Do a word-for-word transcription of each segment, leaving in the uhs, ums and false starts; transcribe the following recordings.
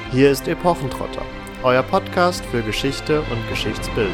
Hier ist Epochentrotter, euer Podcast für Geschichte und Geschichtsbildung.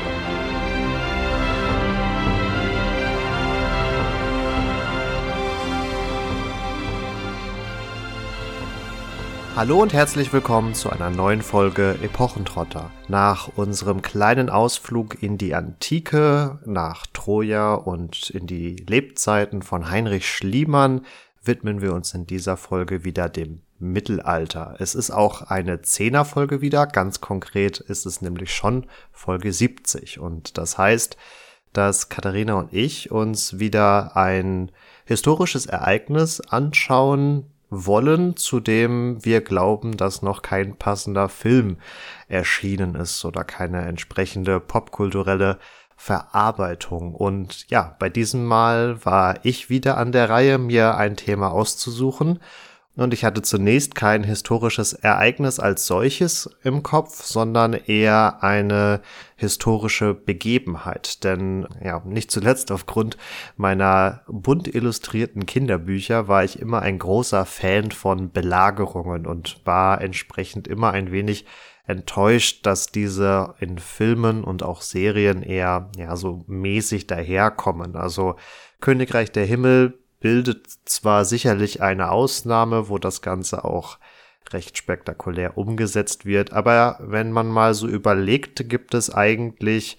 Hallo und herzlich willkommen zu einer neuen Folge Epochentrotter. Nach unserem kleinen Ausflug in die Antike, nach Troja und in die Lebzeiten von Heinrich Schliemann widmen wir uns in dieser Folge wieder dem Mittelalter. Es ist auch eine Zehner-Folge wieder, ganz konkret ist es nämlich schon Folge siebzig. Und das heißt, dass Katharina und ich uns wieder ein historisches Ereignis anschauen wollen, zu dem wir glauben, dass noch kein passender Film erschienen ist oder keine entsprechende popkulturelle Verarbeitung. Und ja, bei diesem Mal war ich wieder an der Reihe, mir ein Thema auszusuchen. Und ich hatte zunächst kein historisches Ereignis als solches im Kopf, sondern eher eine historische Begebenheit. Denn ja, nicht zuletzt aufgrund meiner bunt illustrierten Kinderbücher war ich immer ein großer Fan von Belagerungen und war entsprechend immer ein wenig enttäuscht, dass diese in Filmen und auch Serien eher ja so mäßig daherkommen. Also Königreich der Himmel bildet zwar sicherlich eine Ausnahme, wo das Ganze auch recht spektakulär umgesetzt wird, aber wenn man mal so überlegt, gibt es eigentlich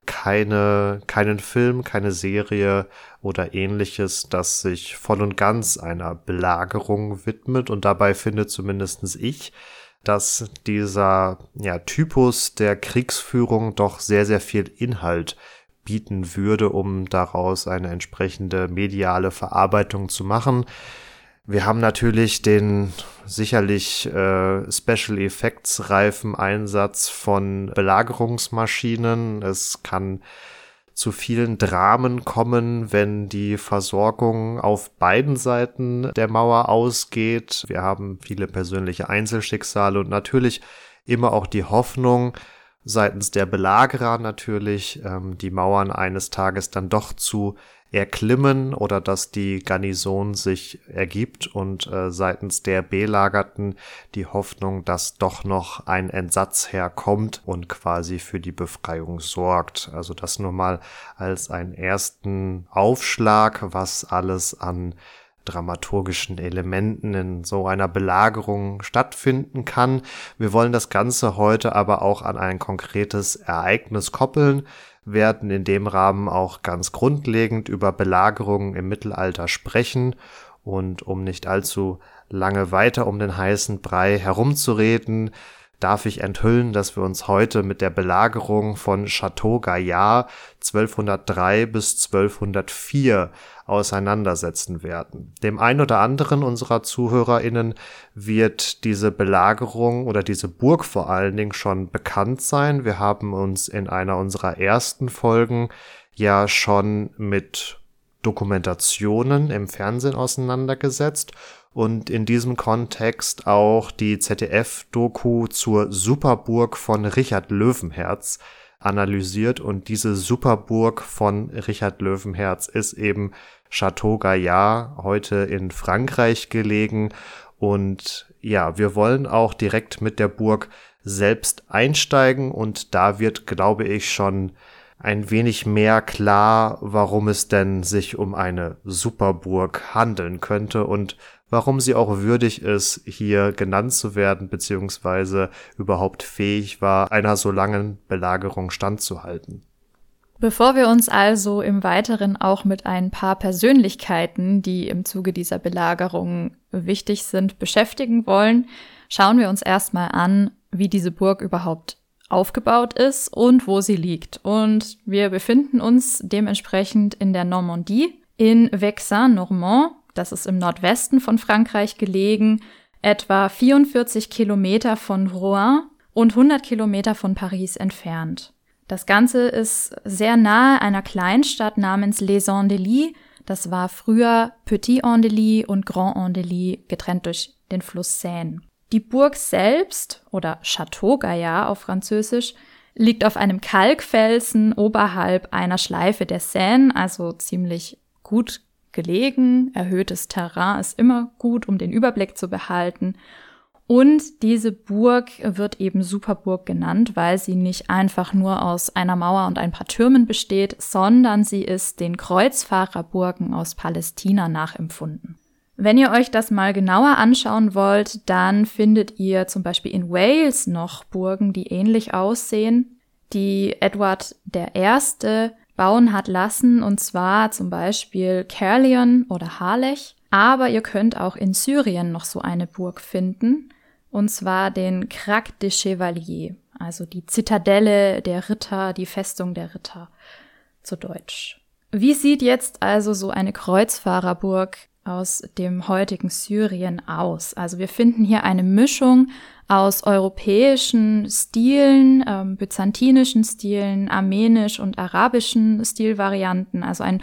keine, keinen Film, keine Serie oder ähnliches, das sich voll und ganz einer Belagerung widmet, und dabei finde zumindest ich, dass dieser ja, Typus der Kriegsführung doch sehr, sehr viel Inhalt bieten würde, um daraus eine entsprechende mediale Verarbeitung zu machen. Wir haben natürlich den sicherlich äh, Special Effects reifen Einsatz von Belagerungsmaschinen. Es kann zu vielen Dramen kommen, wenn die Versorgung auf beiden Seiten der Mauer ausgeht. Wir haben viele persönliche Einzelschicksale und natürlich immer auch die Hoffnung seitens der Belagerer natürlich, ähm, die Mauern eines Tages dann doch zu erklimmen oder dass die Garnison sich ergibt, und äh, seitens der Belagerten die Hoffnung, dass doch noch ein Entsatzherr kommt und quasi für die Befreiung sorgt. Also das nur mal als einen ersten Aufschlag, was alles an dramaturgischen Elementen in so einer Belagerung stattfinden kann. Wir wollen das Ganze heute aber auch an ein konkretes Ereignis koppeln, werden in dem Rahmen auch ganz grundlegend über Belagerungen im Mittelalter sprechen, und um nicht allzu lange weiter um den heißen Brei herumzureden, darf ich enthüllen, dass wir uns heute mit der Belagerung von Château Gaillard zwölfhundertdrei bis zwölfhundertvier auseinandersetzen werden. Dem einen oder anderen unserer ZuhörerInnen wird diese Belagerung oder diese Burg vor allen Dingen schon bekannt sein. Wir haben uns in einer unserer ersten Folgen ja schon mit Dokumentationen im Fernsehen auseinandergesetzt und in diesem Kontext auch die Z D F-Doku zur Superburg von Richard Löwenherz analysiert, und diese Superburg von Richard Löwenherz ist eben Château Gaillard, heute in Frankreich gelegen. Und ja, wir wollen auch direkt mit der Burg selbst einsteigen, und da wird, glaube ich, schon ein wenig mehr klar, warum es denn sich um eine Superburg handeln könnte und warum sie auch würdig ist, hier genannt zu werden, beziehungsweise überhaupt fähig war, einer so langen Belagerung standzuhalten. Bevor wir uns also im Weiteren auch mit ein paar Persönlichkeiten, die im Zuge dieser Belagerung wichtig sind, beschäftigen wollen, schauen wir uns erstmal an, wie diese Burg überhaupt aufgebaut ist und wo sie liegt. Und wir befinden uns dementsprechend in der Normandie, in Vexin-Normand. Das ist im Nordwesten von Frankreich gelegen, etwa vierundvierzig Kilometer von Rouen und hundert Kilometer von Paris entfernt. Das Ganze ist sehr nahe einer Kleinstadt namens Les Andelys. Das war früher Petit Andely und Grand Andely, getrennt durch den Fluss Seine. Die Burg selbst, oder Château Gaillard auf Französisch, liegt auf einem Kalkfelsen oberhalb einer Schleife der Seine, also ziemlich gut gelegen. Erhöhtes Terrain ist immer gut, um den Überblick zu behalten. Und diese Burg wird eben Superburg genannt, weil sie nicht einfach nur aus einer Mauer und ein paar Türmen besteht, sondern sie ist den Kreuzfahrerburgen aus Palästina nachempfunden. Wenn ihr euch das mal genauer anschauen wollt, dann findet ihr zum Beispiel in Wales noch Burgen, die ähnlich aussehen, die Edward der Erste bauen hat lassen, und zwar zum Beispiel Caerleon oder Harlech. Aber ihr könnt auch in Syrien noch so eine Burg finden, und zwar den Crac des Chevaliers, also die Zitadelle der Ritter, die Festung der Ritter zu Deutsch. Wie sieht jetzt also so eine Kreuzfahrerburg aus dem heutigen Syrien aus? Also wir finden hier eine Mischung aus europäischen Stilen, ähm, byzantinischen Stilen, armenisch- und arabischen Stilvarianten, also ein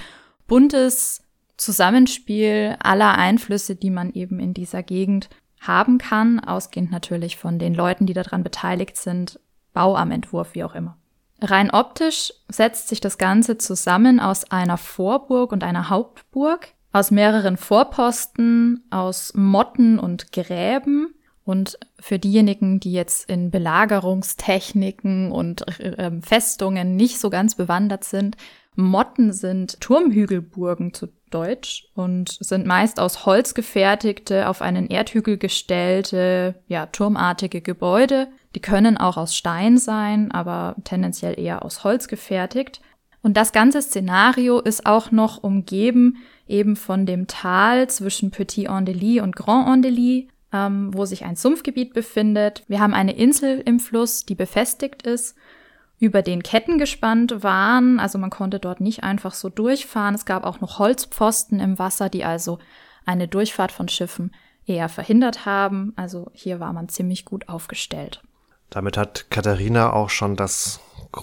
buntes Zusammenspiel aller Einflüsse, die man eben in dieser Gegend haben kann, ausgehend natürlich von den Leuten, die daran beteiligt sind, Bau am Entwurf, wie auch immer. Rein optisch setzt sich das Ganze zusammen aus einer Vorburg und einer Hauptburg, aus mehreren Vorposten, aus Motten und Gräben. Und für diejenigen, die jetzt in Belagerungstechniken und äh, Festungen nicht so ganz bewandert sind, Motten sind Turmhügelburgen zu Deutsch und sind meist aus Holz gefertigte, auf einen Erdhügel gestellte, ja, turmartige Gebäude. Die können auch aus Stein sein, aber tendenziell eher aus Holz gefertigt. Und das ganze Szenario ist auch noch umgeben eben von dem Tal zwischen Petit-Andely und Grand-Andely, ähm, wo sich ein Sumpfgebiet befindet. Wir haben eine Insel im Fluss, die befestigt ist, über den Ketten gespannt waren, also man konnte dort nicht einfach so durchfahren. Es gab auch noch Holzpfosten im Wasser, die also eine Durchfahrt von Schiffen eher verhindert haben. Also hier war man ziemlich gut aufgestellt. Damit hat Katharina auch schon das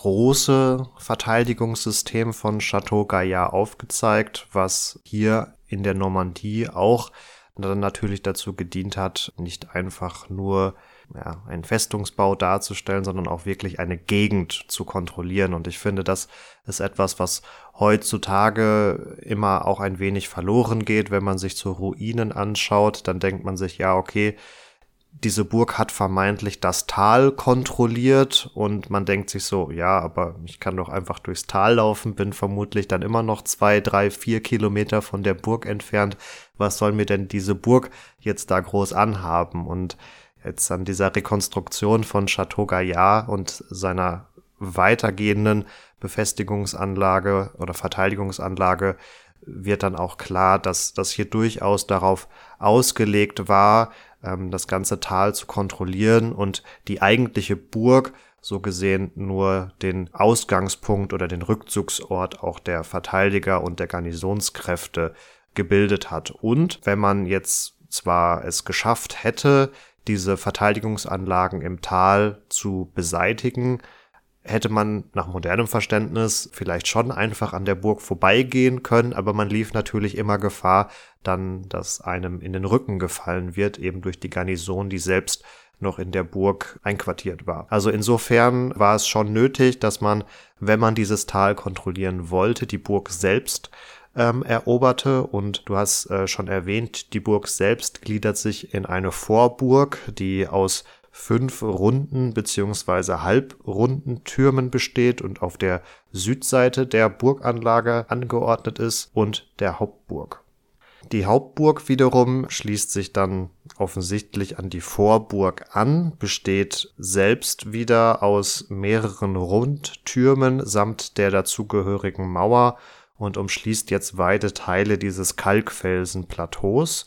große Verteidigungssystem von Château Gaillard aufgezeigt, was hier in der Normandie auch dann natürlich dazu gedient hat, nicht einfach nur ja, einen Festungsbau darzustellen, sondern auch wirklich eine Gegend zu kontrollieren. Und ich finde, das ist etwas, was heutzutage immer auch ein wenig verloren geht. Wenn man sich so Ruinen anschaut, dann denkt man sich, ja, okay, diese Burg hat vermeintlich das Tal kontrolliert und man denkt sich so, ja, aber ich kann doch einfach durchs Tal laufen, bin vermutlich dann immer noch zwei, drei, vier Kilometer von der Burg entfernt. Was soll mir denn diese Burg jetzt da groß anhaben? Und jetzt an dieser Rekonstruktion von Château Gaillard und seiner weitergehenden Befestigungsanlage oder Verteidigungsanlage wird dann auch klar, dass das hier durchaus darauf ausgelegt war, das ganze Tal zu kontrollieren und die eigentliche Burg so gesehen nur den Ausgangspunkt oder den Rückzugsort auch der Verteidiger und der Garnisonskräfte gebildet hat. Und wenn man jetzt zwar es geschafft hätte, diese Verteidigungsanlagen im Tal zu beseitigen, hätte man nach modernem Verständnis vielleicht schon einfach an der Burg vorbeigehen können, aber man lief natürlich immer Gefahr, dann, dass einem in den Rücken gefallen wird, eben durch die Garnison, die selbst noch in der Burg einquartiert war. Also insofern war es schon nötig, dass man, wenn man dieses Tal kontrollieren wollte, die Burg selbst ähm, eroberte. Und du hast äh, schon erwähnt, die Burg selbst gliedert sich in eine Vorburg, die aus fünf runden bzw. halbrunden Türmen besteht und auf der Südseite der Burganlage angeordnet ist und der Hauptburg. Die Hauptburg wiederum schließt sich dann offensichtlich an die Vorburg an, besteht selbst wieder aus mehreren Rundtürmen samt der dazugehörigen Mauer und umschließt jetzt weite Teile dieses Kalkfelsenplateaus.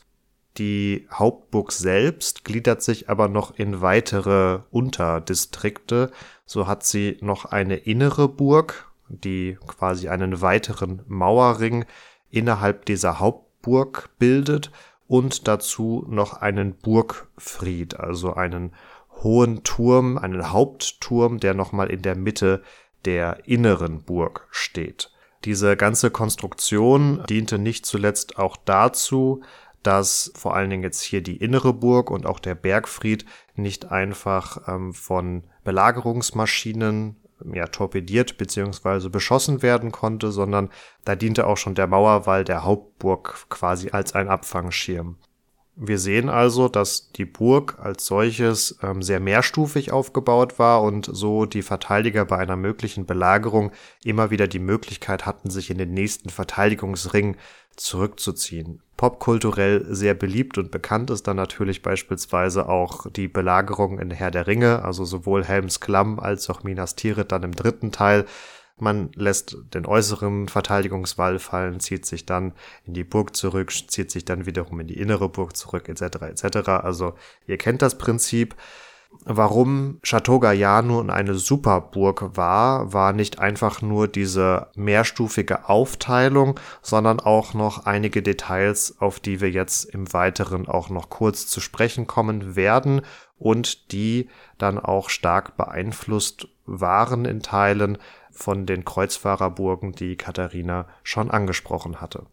Die Hauptburg selbst gliedert sich aber noch in weitere Unterdistrikte. So hat sie noch eine innere Burg, die quasi einen weiteren Mauerring innerhalb dieser Hauptburg bildet und dazu noch einen Burgfried, also einen hohen Turm, einen Hauptturm, der nochmal in der Mitte der inneren Burg steht. Diese ganze Konstruktion diente nicht zuletzt auch dazu, dass vor allen Dingen jetzt hier die innere Burg und auch der Bergfried nicht einfach ähm, von Belagerungsmaschinen ja, torpediert bzw. beschossen werden konnte, sondern da diente auch schon der Mauerwall der Hauptburg quasi als ein Abfangschirm. Wir sehen also, dass die Burg als solches ähm, sehr mehrstufig aufgebaut war und so die Verteidiger bei einer möglichen Belagerung immer wieder die Möglichkeit hatten, sich in den nächsten Verteidigungsring zurückzuziehen. Popkulturell sehr beliebt und bekannt ist dann natürlich beispielsweise auch die Belagerung in Herr der Ringe, also sowohl Helms Klamm als auch Minas Tirith dann im dritten Teil. Man lässt den äußeren Verteidigungswall fallen, zieht sich dann in die Burg zurück, zieht sich dann wiederum in die innere Burg zurück, et cetera et cetera. Also ihr kennt das Prinzip. Warum Château Gaillard nun eine Superburg war, war nicht einfach nur diese mehrstufige Aufteilung, sondern auch noch einige Details, auf die wir jetzt im Weiteren auch noch kurz zu sprechen kommen werden und die dann auch stark beeinflusst waren in Teilen von den Kreuzfahrerburgen, die Katharina schon angesprochen hatte.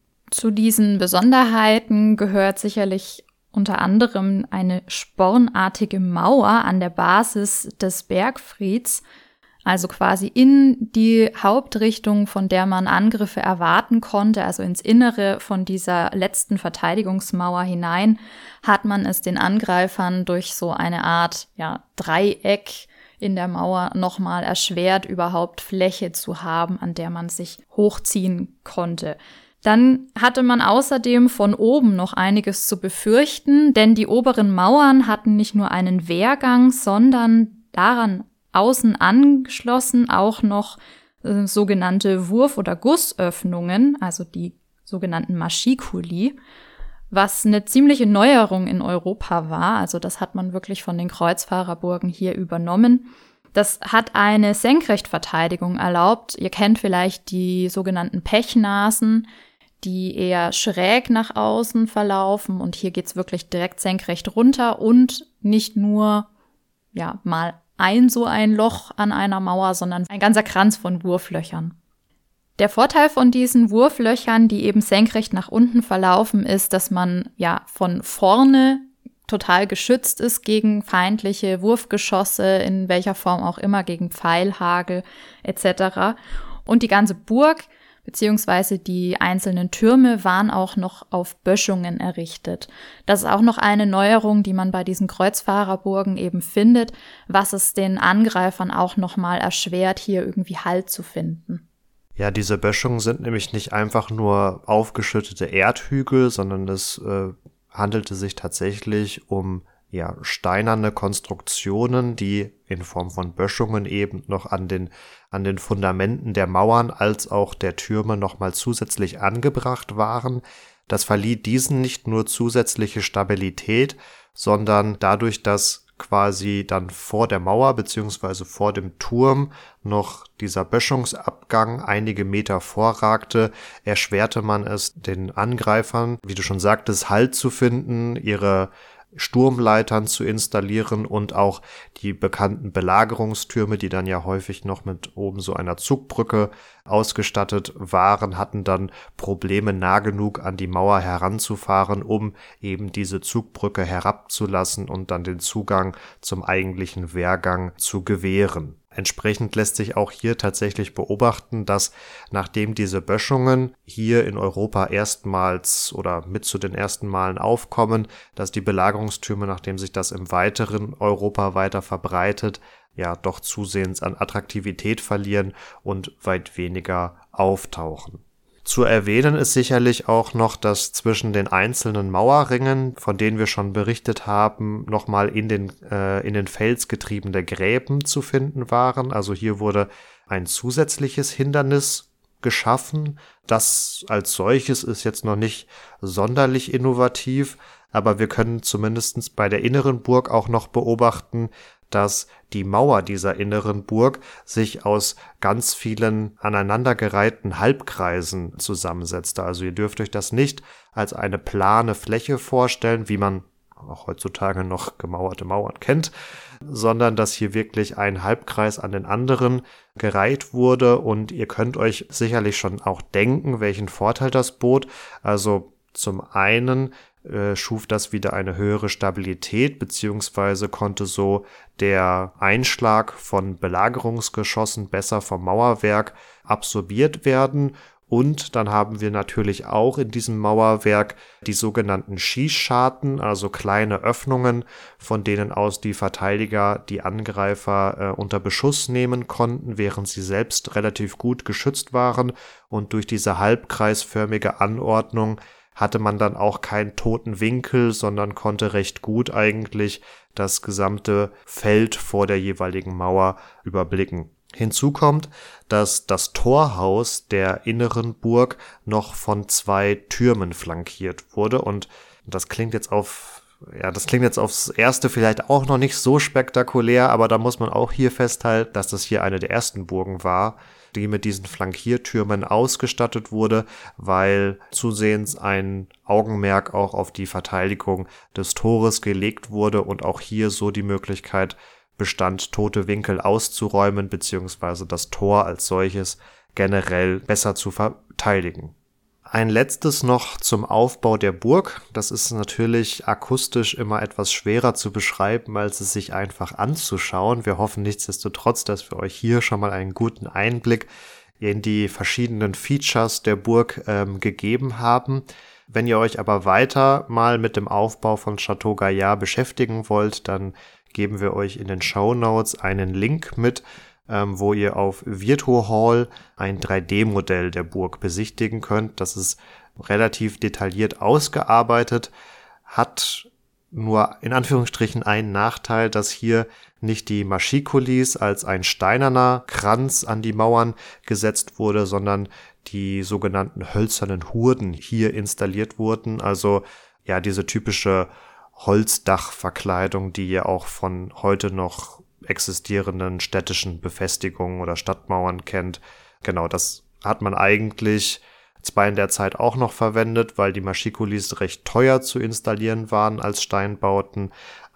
Zu diesen Besonderheiten gehört sicherlich unter anderem eine spornartige Mauer an der Basis des Bergfrieds, also quasi in die Hauptrichtung, von der man Angriffe erwarten konnte, also ins Innere von dieser letzten Verteidigungsmauer hinein, hat man es den Angreifern durch so eine Art ja, Dreieck in der Mauer nochmal erschwert, überhaupt Fläche zu haben, an der man sich hochziehen konnte. Dann hatte man außerdem von oben noch einiges zu befürchten, denn die oberen Mauern hatten nicht nur einen Wehrgang, sondern daran außen angeschlossen auch noch äh, sogenannte Wurf- oder Gussöffnungen, also die sogenannten Machiculi, was eine ziemliche Neuerung in Europa war. Also das hat man wirklich von den Kreuzfahrerburgen hier übernommen. Das hat eine Senkrechtverteidigung erlaubt. Ihr kennt vielleicht die sogenannten Pechnasen, die eher schräg nach außen verlaufen. Und hier geht's wirklich direkt senkrecht runter und nicht nur ja mal ein so ein Loch an einer Mauer, sondern ein ganzer Kranz von Wurflöchern. Der Vorteil von diesen Wurflöchern, die eben senkrecht nach unten verlaufen, ist, dass man ja von vorne total geschützt ist gegen feindliche Wurfgeschosse, in welcher Form auch immer, gegen Pfeilhagel et cetera. Und die ganze Burg beziehungsweise die einzelnen Türme waren auch noch auf Böschungen errichtet. Das ist auch noch eine Neuerung, die man bei diesen Kreuzfahrerburgen eben findet, was es den Angreifern auch noch mal erschwert, hier irgendwie Halt zu finden. Ja, diese Böschungen sind nämlich nicht einfach nur aufgeschüttete Erdhügel, sondern es äh, handelte sich tatsächlich um ja steinerne Konstruktionen, die in Form von Böschungen eben noch an den an den Fundamenten der Mauern als auch der Türme nochmal zusätzlich angebracht waren. Das verlieh diesen nicht nur zusätzliche Stabilität, sondern dadurch, dass quasi dann vor der Mauer beziehungsweise vor dem Turm noch dieser Böschungsabgang einige Meter vorragte, erschwerte man es den Angreifern, wie du schon sagtest, Halt zu finden, ihre Sturmleitern zu installieren und auch die bekannten Belagerungstürme, die dann ja häufig noch mit oben so einer Zugbrücke ausgestattet waren, hatten dann Probleme, nah genug an die Mauer heranzufahren, um eben diese Zugbrücke herabzulassen und dann den Zugang zum eigentlichen Wehrgang zu gewähren. Entsprechend lässt sich auch hier tatsächlich beobachten, dass nachdem diese Böschungen hier in Europa erstmals oder mit zu den ersten Malen aufkommen, dass die Belagerungstürme, nachdem sich das im weiteren Europa weiter verbreitet, ja doch zusehends an Attraktivität verlieren und weit weniger auftauchen. Zu erwähnen ist sicherlich auch noch, dass zwischen den einzelnen Mauerringen, von denen wir schon berichtet haben, nochmal in den, äh, in den Fels getriebene Gräben zu finden waren. Also hier wurde ein zusätzliches Hindernis geschaffen. Das als solches ist jetzt noch nicht sonderlich innovativ, aber wir können zumindest bei der inneren Burg auch noch beobachten, dass die Mauer dieser inneren Burg sich aus ganz vielen aneinandergereihten Halbkreisen zusammensetzte. Also ihr dürft euch das nicht als eine plane Fläche vorstellen, wie man auch heutzutage noch gemauerte Mauern kennt, sondern dass hier wirklich ein Halbkreis an den anderen gereiht wurde und ihr könnt euch sicherlich schon auch denken, welchen Vorteil das bot. Also zum einen äh, schuf das wieder eine höhere Stabilität, beziehungsweise konnte so der Einschlag von Belagerungsgeschossen besser vom Mauerwerk absorbiert werden Und dann haben wir natürlich auch in diesem Mauerwerk die sogenannten Schießscharten, also kleine Öffnungen, von denen aus die Verteidiger die Angreifer äh, unter Beschuss nehmen konnten, während sie selbst relativ gut geschützt waren. Und durch diese halbkreisförmige Anordnung hatte man dann auch keinen toten Winkel, sondern konnte recht gut eigentlich das gesamte Feld vor der jeweiligen Mauer überblicken. Hinzu kommt, dass das Torhaus der inneren Burg noch von zwei Türmen flankiert wurde, und das klingt jetzt auf, ja, das klingt jetzt aufs Erste vielleicht auch noch nicht so spektakulär, aber da muss man auch hier festhalten, dass das hier eine der ersten Burgen war, die mit diesen Flankiertürmen ausgestattet wurde, weil zusehends ein Augenmerk auch auf die Verteidigung des Tores gelegt wurde und auch hier so die Möglichkeit bestand, tote Winkel auszuräumen bzw. das Tor als solches generell besser zu verteidigen. Ein letztes noch zum Aufbau der Burg. Das ist natürlich akustisch immer etwas schwerer zu beschreiben, als es sich einfach anzuschauen. Wir hoffen nichtsdestotrotz, dass wir euch hier schon mal einen guten Einblick in die verschiedenen Features der Burg ähm, gegeben haben. Wenn ihr euch aber weiter mal mit dem Aufbau von Château Gaillard beschäftigen wollt, dann geben wir euch in den Shownotes einen Link mit, ähm, wo ihr auf Virtual Hall ein drei D Modell der Burg besichtigen könnt. Das ist relativ detailliert ausgearbeitet, hat nur in Anführungsstrichen einen Nachteil, dass hier nicht die Machikulis als ein steinerner Kranz an die Mauern gesetzt wurde, sondern die sogenannten hölzernen Hurden hier installiert wurden. Also ja, diese typische Holzdachverkleidung, die ihr auch von heute noch existierenden städtischen Befestigungen oder Stadtmauern kennt. Genau, das hat man eigentlich zwar in der Zeit auch noch verwendet, weil die Machikulis recht teuer zu installieren waren als Steinbauten,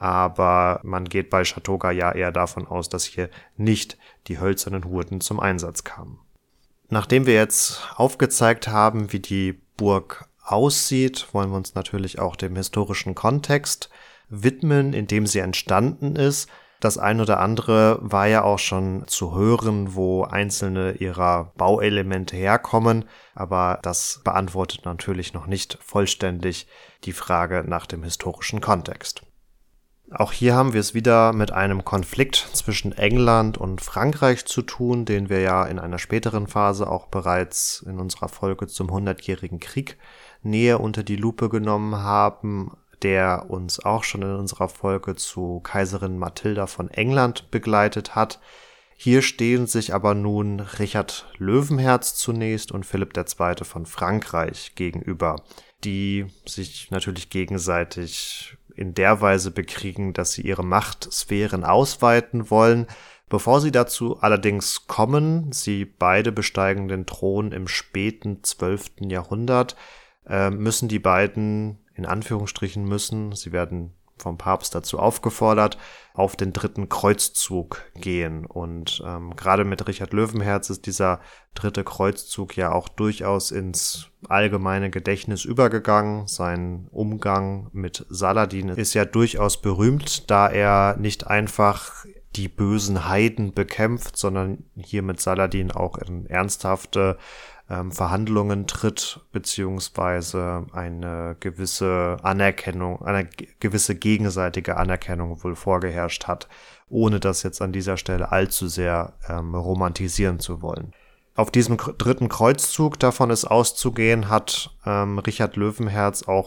aber man geht bei Château Gaillard eher davon aus, dass hier nicht die hölzernen Hurden zum Einsatz kamen. Nachdem wir jetzt aufgezeigt haben, wie die Burg aussieht, wollen wir uns natürlich auch dem historischen Kontext widmen, in dem sie entstanden ist. Das ein oder andere war ja auch schon zu hören, wo einzelne ihrer Bauelemente herkommen, aber das beantwortet natürlich noch nicht vollständig die Frage nach dem historischen Kontext. Auch hier haben wir es wieder mit einem Konflikt zwischen England und Frankreich zu tun, den wir ja in einer späteren Phase auch bereits in unserer Folge zum Hundertjährigen Krieg näher unter die Lupe genommen haben, der uns auch schon in unserer Folge zu Kaiserin Mathilda von England begleitet hat. Hier stehen sich aber nun Richard Löwenherz zunächst und Philipp der Zweite von Frankreich gegenüber, die sich natürlich gegenseitig in der Weise bekriegen, dass sie ihre Machtsphären ausweiten wollen. Bevor sie dazu allerdings kommen, sie beide besteigen den Thron im späten zwölften Jahrhundert, äh, müssen die beiden, in Anführungsstrichen müssen, sie werden vom Papst dazu aufgefordert, auf den dritten Kreuzzug gehen. Und ähm, gerade mit Richard Löwenherz ist dieser dritte Kreuzzug ja auch durchaus ins allgemeine Gedächtnis übergegangen. Sein Umgang mit Saladin ist ja durchaus berühmt, da er nicht einfach die bösen Heiden bekämpft, sondern hier mit Saladin auch in ernsthafte ähm, Verhandlungen tritt, beziehungsweise eine gewisse Anerkennung, eine gewisse gegenseitige Anerkennung wohl vorgeherrscht hat, ohne das jetzt an dieser Stelle allzu sehr ähm, romantisieren zu wollen. Auf diesem dritten Kreuzzug, davon ist auszugehen, hat ähm, Richard Löwenherz auch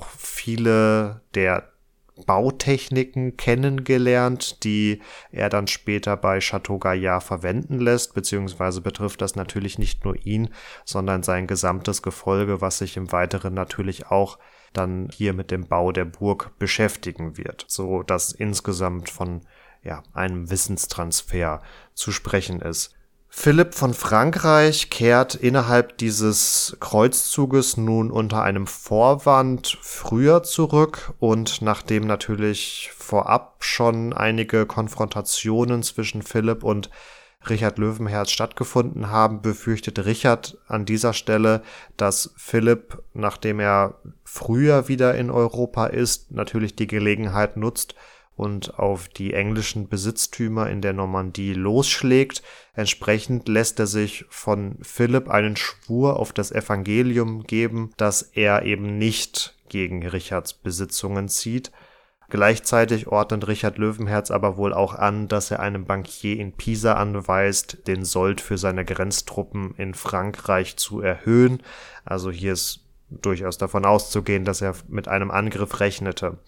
viele der Bautechniken kennengelernt, die er dann später bei Château Gaillard verwenden lässt, beziehungsweise betrifft das natürlich nicht nur ihn, sondern sein gesamtes Gefolge, was sich im Weiteren natürlich auch dann hier mit dem Bau der Burg beschäftigen wird, so dass insgesamt von ja, einem Wissenstransfer zu sprechen ist. Philipp von Frankreich kehrt innerhalb dieses Kreuzzuges nun unter einem Vorwand früher zurück, und nachdem natürlich vorab schon einige Konfrontationen zwischen Philipp und Richard Löwenherz stattgefunden haben, befürchtet Richard an dieser Stelle, dass Philipp, nachdem er früher wieder in Europa ist, natürlich die Gelegenheit nutzt, und auf die englischen Besitztümer in der Normandie losschlägt. Entsprechend lässt er sich von Philipp einen Schwur auf das Evangelium geben, dass er eben nicht gegen Richards Besitzungen zieht. Gleichzeitig ordnet Richard Löwenherz aber wohl auch an, dass er einem Bankier in Pisa anweist, den Sold für seine Grenztruppen in Frankreich zu erhöhen. Also hier ist durchaus davon auszugehen, dass er mit einem Angriff rechnete.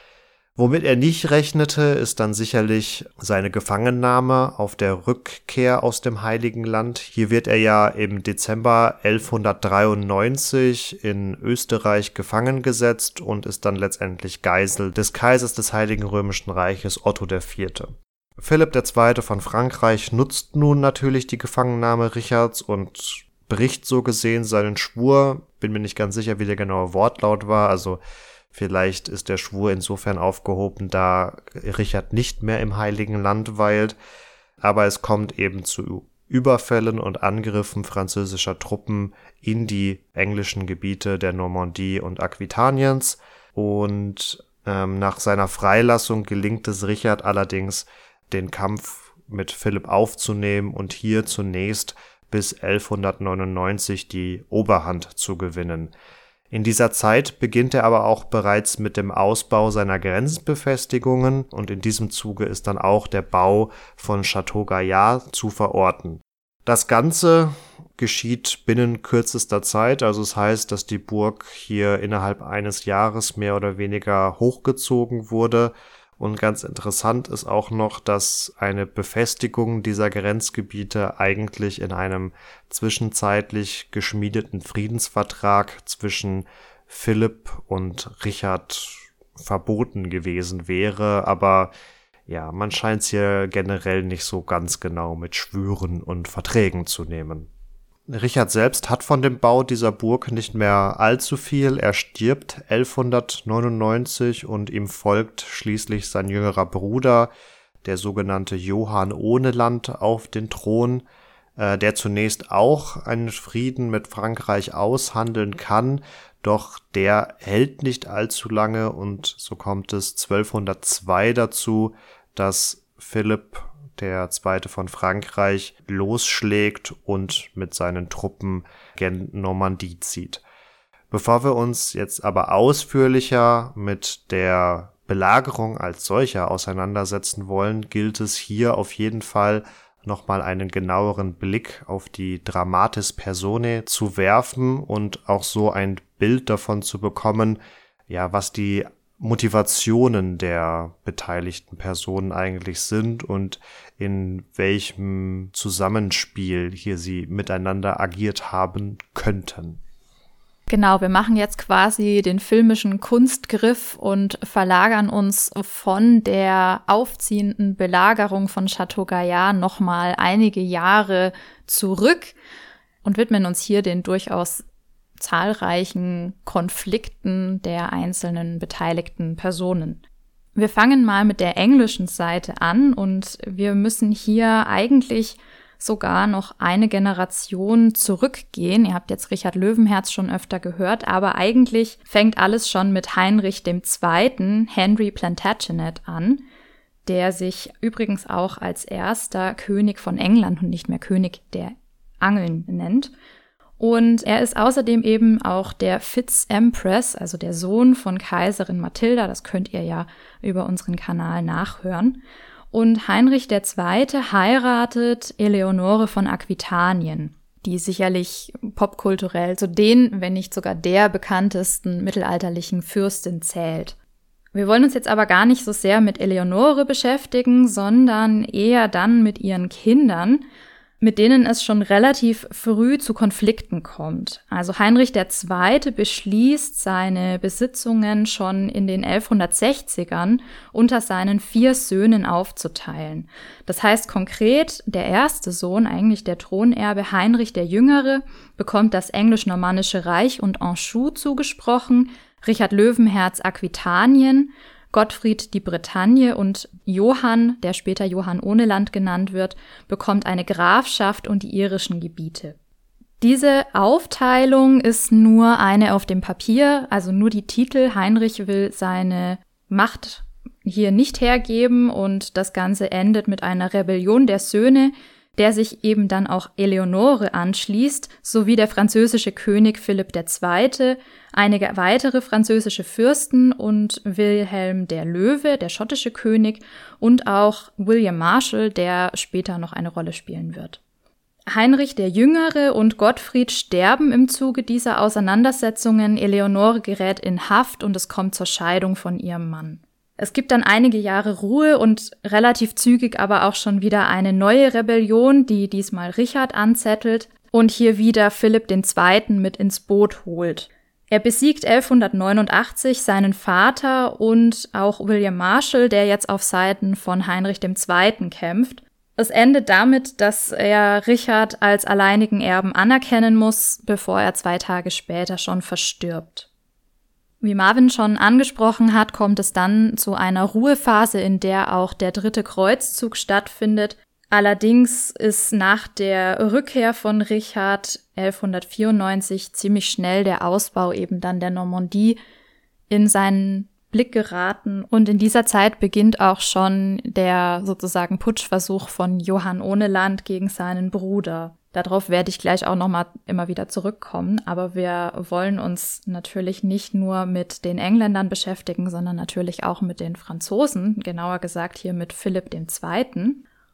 Womit er nicht rechnete, ist dann sicherlich seine Gefangennahme auf der Rückkehr aus dem Heiligen Land. Hier wird er ja im Dezember elfhundertdreiundneunzig in Österreich gefangen gesetzt und ist dann letztendlich Geisel des Kaisers des Heiligen Römischen Reiches Otto der Vierte. Philipp der Zweite von Frankreich nutzt nun natürlich die Gefangennahme Richards und bricht so gesehen seinen Schwur. Bin mir nicht ganz sicher, wie der genaue Wortlaut war, also vielleicht ist der Schwur insofern aufgehoben, da Richard nicht mehr im Heiligen Land weilt, aber es kommt eben zu Überfällen und Angriffen französischer Truppen in die englischen Gebiete der Normandie und Aquitaniens und ähm, nach seiner Freilassung gelingt es Richard allerdings, den Kampf mit Philipp aufzunehmen und hier zunächst bis elfhundertneunundneunzig die Oberhand zu gewinnen. In dieser Zeit beginnt er aber auch bereits mit dem Ausbau seiner Grenzbefestigungen und in diesem Zuge ist dann auch der Bau von Château Gaillard zu verorten. Das Ganze geschieht binnen kürzester Zeit, also es heißt, dass die Burg hier innerhalb eines Jahres mehr oder weniger hochgezogen wurde. Und ganz interessant ist auch noch, dass eine Befestigung dieser Grenzgebiete eigentlich in einem zwischenzeitlich geschmiedeten Friedensvertrag zwischen Philipp und Richard verboten gewesen wäre. Aber ja, man scheint es hier generell nicht so ganz genau mit Schwüren und Verträgen zu nehmen. Richard selbst hat von dem Bau dieser Burg nicht mehr allzu viel. Er stirbt elfhundertneunundneunzig und ihm folgt schließlich sein jüngerer Bruder, der sogenannte Johann Ohneland, auf den Thron, äh, der zunächst auch einen Frieden mit Frankreich aushandeln kann, doch der hält nicht allzu lange und so kommt es zwölfhundertzwei dazu, dass Philipp der Zweite von Frankreich losschlägt und mit seinen Truppen gen Normandie zieht. Bevor wir uns jetzt aber ausführlicher mit der Belagerung als solcher auseinandersetzen wollen, gilt es hier auf jeden Fall nochmal einen genaueren Blick auf die Dramatis Personae zu werfen und auch so ein Bild davon zu bekommen, ja, was die Motivationen der beteiligten Personen eigentlich sind und in welchem Zusammenspiel hier sie miteinander agiert haben könnten. Genau, wir machen jetzt quasi den filmischen Kunstgriff und verlagern uns von der aufziehenden Belagerung von Château Gaillard nochmal einige Jahre zurück und widmen uns hier den durchaus zahlreichen Konflikten der einzelnen beteiligten Personen. Wir fangen mal mit der englischen Seite an und wir müssen hier eigentlich sogar noch eine Generation zurückgehen. Ihr habt jetzt Richard Löwenherz schon öfter gehört, aber eigentlich fängt alles schon mit Heinrich der Zweite. Henry Plantagenet an, der sich übrigens auch als erster König von England und nicht mehr König der Angeln nennt. Und er ist außerdem eben auch der Fitz-Empress, also der Sohn von Kaiserin Mathilda. Das könnt ihr ja über unseren Kanal nachhören. Und Heinrich der Zweite heiratet Eleonore von Aquitanien, die sicherlich popkulturell zu den, wenn nicht sogar der bekanntesten mittelalterlichen Fürstin zählt. Wir wollen uns jetzt aber gar nicht so sehr mit Eleonore beschäftigen, sondern eher dann mit ihren Kindern, mit denen es schon relativ früh zu Konflikten kommt. Also Heinrich der Zweite beschließt, seine Besitzungen schon in den elfhundertsechzigern unter seinen vier Söhnen aufzuteilen. Das heißt konkret, der erste Sohn, eigentlich der Thronerbe Heinrich der Jüngere, bekommt das englisch-normannische Reich und Anjou zugesprochen, Richard Löwenherz Aquitanien, Gottfried die Bretagne und Johann, der später Johann Ohneland genannt wird, bekommt eine Grafschaft und die irischen Gebiete. Diese Aufteilung ist nur eine auf dem Papier, also nur die Titel. Heinrich will seine Macht hier nicht hergeben und das Ganze endet mit einer Rebellion der Söhne, der sich eben dann auch Eleonore anschließt, sowie der französische König Philipp der Zweite, einige weitere französische Fürsten und Wilhelm der Löwe, der schottische König, und auch William Marshall, der später noch eine Rolle spielen wird. Heinrich der Jüngere und Gottfried sterben im Zuge dieser Auseinandersetzungen. Eleonore gerät in Haft und es kommt zur Scheidung von ihrem Mann. Es gibt dann einige Jahre Ruhe und relativ zügig aber auch schon wieder eine neue Rebellion, die diesmal Richard anzettelt und hier wieder Philipp der Zweite mit ins Boot holt. Er besiegt elfhundertneunundachtzig seinen Vater und auch William Marshall, der jetzt auf Seiten von Heinrich der Zweite kämpft. Es endet damit, dass er Richard als alleinigen Erben anerkennen muss, bevor er zwei Tage später schon verstirbt. Wie Marvin schon angesprochen hat, kommt es dann zu einer Ruhephase, in der auch der dritte Kreuzzug stattfindet. Allerdings ist nach der Rückkehr von Richard elfhundertvierundneunzig ziemlich schnell der Ausbau eben dann der Normandie in seinen Blick geraten. Und in dieser Zeit beginnt auch schon der sozusagen Putschversuch von Johann Ohneland gegen seinen Bruder. Darauf werde ich gleich auch nochmal immer wieder zurückkommen, aber wir wollen uns natürlich nicht nur mit den Engländern beschäftigen, sondern natürlich auch mit den Franzosen, genauer gesagt hier mit Philipp der Zweite.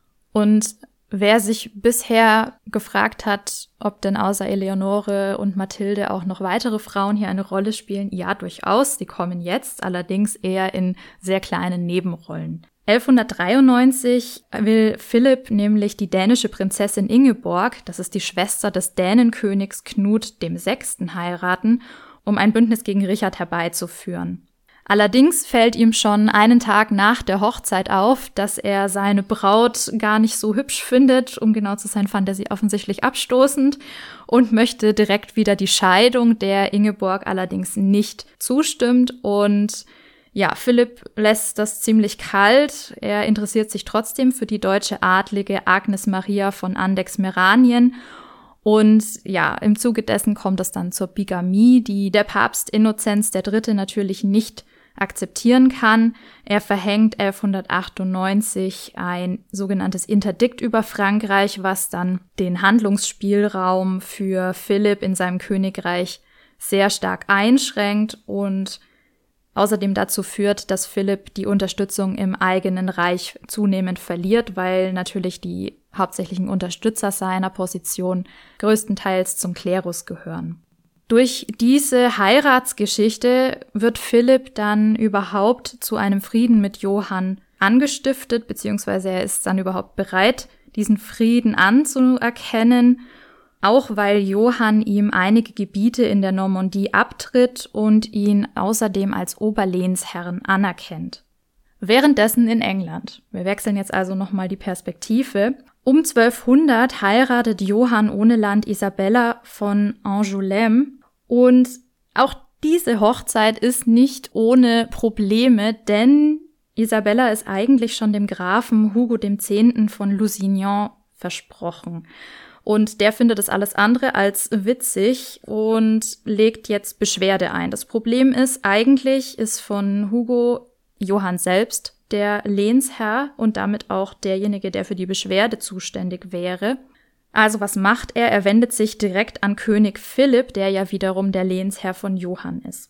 Und wer sich bisher gefragt hat, ob denn außer Eleonore und Mathilde auch noch weitere Frauen hier eine Rolle spielen, ja, durchaus, die kommen jetzt, allerdings eher in sehr kleinen Nebenrollen. elfhundertdreiundneunzig will Philipp nämlich die dänische Prinzessin Ingeborg, das ist die Schwester des Dänenkönigs Knut dem Sechsten, heiraten, um ein Bündnis gegen Richard herbeizuführen. Allerdings fällt ihm schon einen Tag nach der Hochzeit auf, dass er seine Braut gar nicht so hübsch findet. Um genau zu sein, fand er sie offensichtlich abstoßend und möchte direkt wieder die Scheidung, der Ingeborg allerdings nicht zustimmt. Und ja, Philipp lässt das ziemlich kalt. Er interessiert sich trotzdem für die deutsche Adlige Agnes Maria von Andechs-Meranien. Und ja, im Zuge dessen kommt es dann zur Bigamie, die der Papst Innozenz der Dritte natürlich nicht akzeptieren kann. Er verhängt elfhundertachtundneunzig ein sogenanntes Interdikt über Frankreich, was dann den Handlungsspielraum für Philipp in seinem Königreich sehr stark einschränkt und außerdem dazu führt, dass Philipp die Unterstützung im eigenen Reich zunehmend verliert, weil natürlich die hauptsächlichen Unterstützer seiner Position größtenteils zum Klerus gehören. Durch diese Heiratsgeschichte wird Philipp dann überhaupt zu einem Frieden mit Johann angestiftet, beziehungsweise er ist dann überhaupt bereit, diesen Frieden anzuerkennen, auch weil Johann ihm einige Gebiete in der Normandie abtritt und ihn außerdem als Oberlehnsherrn anerkennt. Währenddessen in England. Wir wechseln jetzt also nochmal die Perspektive. Um zwölfhundert heiratet Johann Ohneland Isabella von Angoulême und auch diese Hochzeit ist nicht ohne Probleme, denn Isabella ist eigentlich schon dem Grafen Hugo dem Zehnten von Lusignan versprochen. Und der findet es alles andere als witzig und legt jetzt Beschwerde ein. Das Problem ist, eigentlich ist von Hugo Johann selbst der Lehnsherr und damit auch derjenige, der für die Beschwerde zuständig wäre. Also was macht er? Er wendet sich direkt an König Philipp, der ja wiederum der Lehnsherr von Johann ist.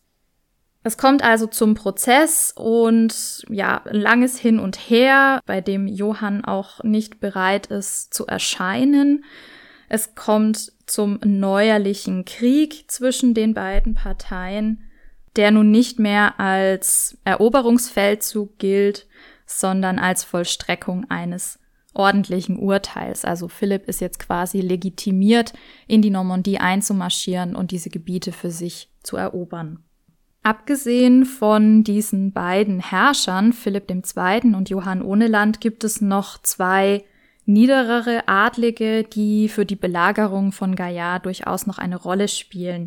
Es kommt also zum Prozess und ja, langes Hin und Her, bei dem Johann auch nicht bereit ist zu erscheinen. Es kommt zum neuerlichen Krieg zwischen den beiden Parteien, der nun nicht mehr als Eroberungsfeldzug gilt, sondern als Vollstreckung eines ordentlichen Urteils. Also Philipp ist jetzt quasi legitimiert, in die Normandie einzumarschieren und diese Gebiete für sich zu erobern. Abgesehen von diesen beiden Herrschern, Philipp der Zweite und Johann Ohneland, gibt es noch zwei niederere Adlige, die für die Belagerung von Gaillard durchaus noch eine Rolle spielen.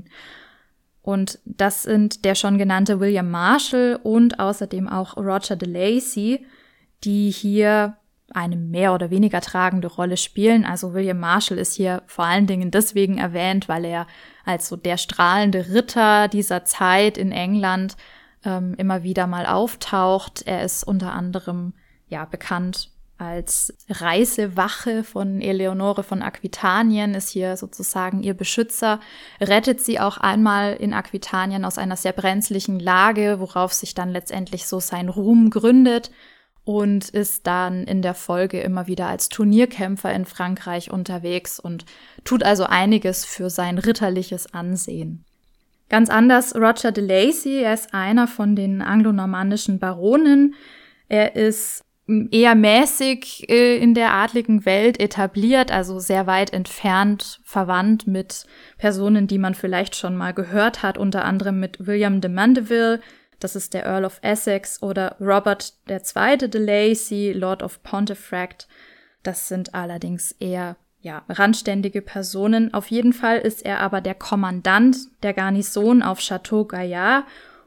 Und das sind der schon genannte William Marshall und außerdem auch Roger de Lacy, die hier eine mehr oder weniger tragende Rolle spielen. Also William Marshall ist hier vor allen Dingen deswegen erwähnt, weil er als so der strahlende Ritter dieser Zeit in England ähm, immer wieder mal auftaucht. Er ist unter anderem ja bekannt als Reisewache von Eleonore von Aquitanien, ist hier sozusagen ihr Beschützer, rettet sie auch einmal in Aquitanien aus einer sehr brenzlichen Lage, worauf sich dann letztendlich so sein Ruhm gründet, und ist dann in der Folge immer wieder als Turnierkämpfer in Frankreich unterwegs und tut also einiges für sein ritterliches Ansehen. Ganz anders Roger de Lacy, er ist einer von den anglonormannischen Baronen. Er ist eher mäßig äh, in der adligen Welt etabliert, also sehr weit entfernt verwandt mit Personen, die man vielleicht schon mal gehört hat, unter anderem mit William de Mandeville, das ist der Earl of Essex, oder Robert der Zweite de Lacy, Lord of Pontefract. Das sind allerdings eher ja randständige Personen. Auf jeden Fall ist er aber der Kommandant der Garnison auf Château Gaillard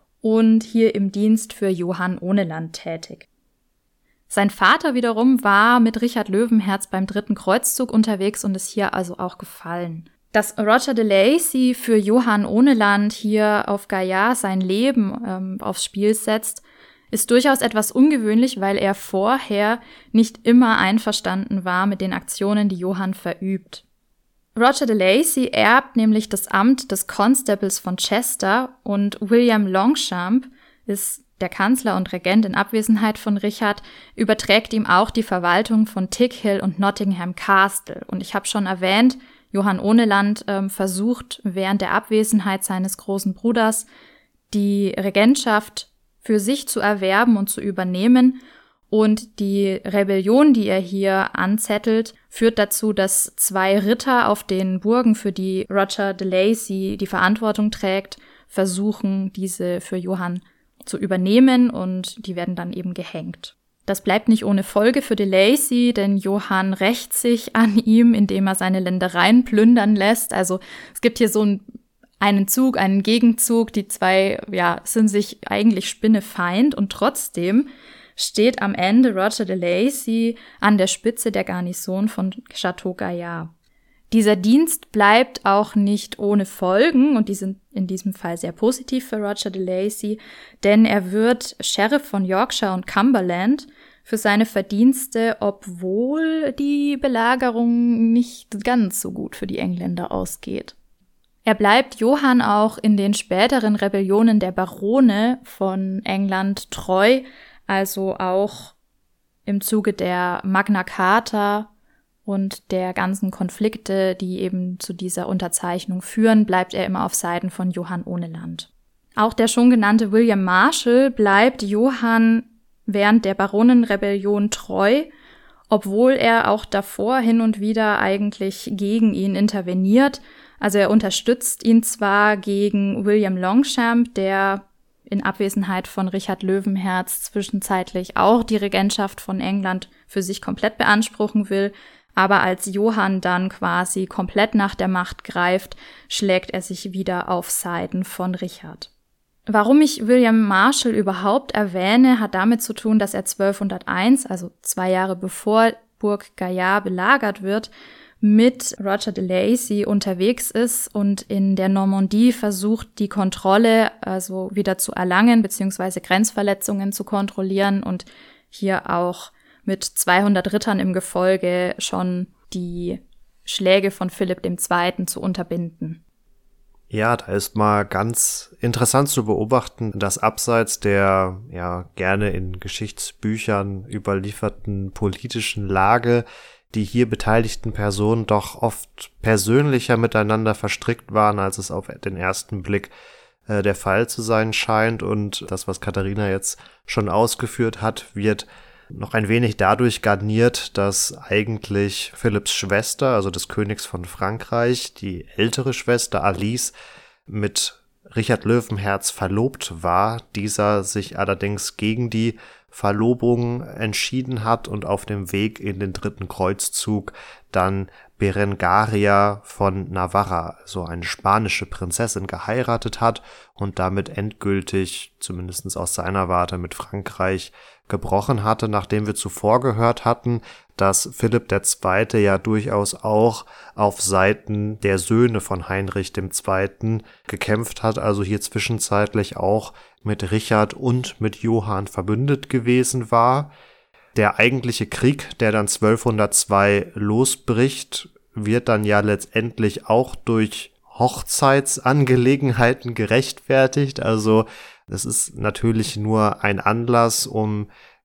und hier im Dienst für Johann Ohneland tätig. Sein Vater wiederum war mit Richard Löwenherz beim dritten Kreuzzug unterwegs und ist hier also auch gefallen. Dass Roger de Lacy für Johann Ohneland hier auf Gaillard sein Leben ähm, aufs Spiel setzt, ist durchaus etwas ungewöhnlich, weil er vorher nicht immer einverstanden war mit den Aktionen, die Johann verübt. Roger de Lacy erbt nämlich das Amt des Constables von Chester und William Longchamp ist der Kanzler und Regent in Abwesenheit von Richard, überträgt ihm auch die Verwaltung von Tickhill und Nottingham Castle. Und ich habe schon erwähnt, Johann Ohneland ähm, versucht während der Abwesenheit seines großen Bruders die Regentschaft für sich zu erwerben und zu übernehmen. Und die Rebellion, die er hier anzettelt, führt dazu, dass zwei Ritter auf den Burgen, für die Roger de Lacy die Verantwortung trägt, versuchen, diese für Johann zu übernehmen, und die werden dann eben gehängt. Das bleibt nicht ohne Folge für de Lacy, denn Johann rächt sich an ihm, indem er seine Ländereien plündern lässt. Also es gibt hier so einen, einen Zug, einen Gegenzug. Die zwei ja sind sich eigentlich spinnefeind, und trotzdem steht am Ende Roger de Lacy an der Spitze der Garnison von Château Gaillard. Dieser Dienst bleibt auch nicht ohne Folgen, und die sind in diesem Fall sehr positiv für Roger de Lacy, denn er wird Sheriff von Yorkshire und Cumberland für seine Verdienste, obwohl die Belagerung nicht ganz so gut für die Engländer ausgeht. Er bleibt Johann auch in den späteren Rebellionen der Barone von England treu, also auch im Zuge der Magna Carta und der ganzen Konflikte, die eben zu dieser Unterzeichnung führen, bleibt er immer auf Seiten von Johann Ohneland. Auch der schon genannte William Marshall bleibt Johann während der Baronenrebellion treu, obwohl er auch davor hin und wieder eigentlich gegen ihn interveniert. Also er unterstützt ihn zwar gegen William Longchamp, der in Abwesenheit von Richard Löwenherz zwischenzeitlich auch die Regentschaft von England für sich komplett beanspruchen will, aber als Johann dann quasi komplett nach der Macht greift, schlägt er sich wieder auf Seiten von Richard. Warum ich William Marshall überhaupt erwähne, hat damit zu tun, dass er zwölfhunderteins, also zwei Jahre bevor Burg Gaillard belagert wird, mit Roger de Lacy unterwegs ist und in der Normandie versucht, die Kontrolle also wieder zu erlangen, beziehungsweise Grenzverletzungen zu kontrollieren und hier auch mit zweihundert Rittern im Gefolge schon die Schläge von Philipp der Zweite zu unterbinden. Ja, da ist mal ganz interessant zu beobachten, dass abseits der ja gerne in Geschichtsbüchern überlieferten politischen Lage die hier beteiligten Personen doch oft persönlicher miteinander verstrickt waren, als es auf den ersten Blick äh, der Fall zu sein scheint. Und das, was Katharina jetzt schon ausgeführt hat, wird noch ein wenig dadurch garniert, dass eigentlich Philipps Schwester, also des Königs von Frankreich, die ältere Schwester Alice, mit Richard Löwenherz verlobt war, dieser sich allerdings gegen die Verlobung entschieden hat und auf dem Weg in den dritten Kreuzzug dann Berengaria von Navarra, so eine spanische Prinzessin, geheiratet hat und damit endgültig, zumindest aus seiner Warte, mit Frankreich gebrochen hatte, nachdem wir zuvor gehört hatten, dass Philipp der Zweite ja durchaus auch auf Seiten der Söhne von Heinrich dem Zweiten gekämpft hat, also hier zwischenzeitlich auch mit Richard und mit Johann verbündet gewesen war. Der eigentliche Krieg, der dann zwölfhundertzwei losbricht, wird dann ja letztendlich auch durch Hochzeitsangelegenheiten gerechtfertigt. Also es ist natürlich nur ein Anlass, um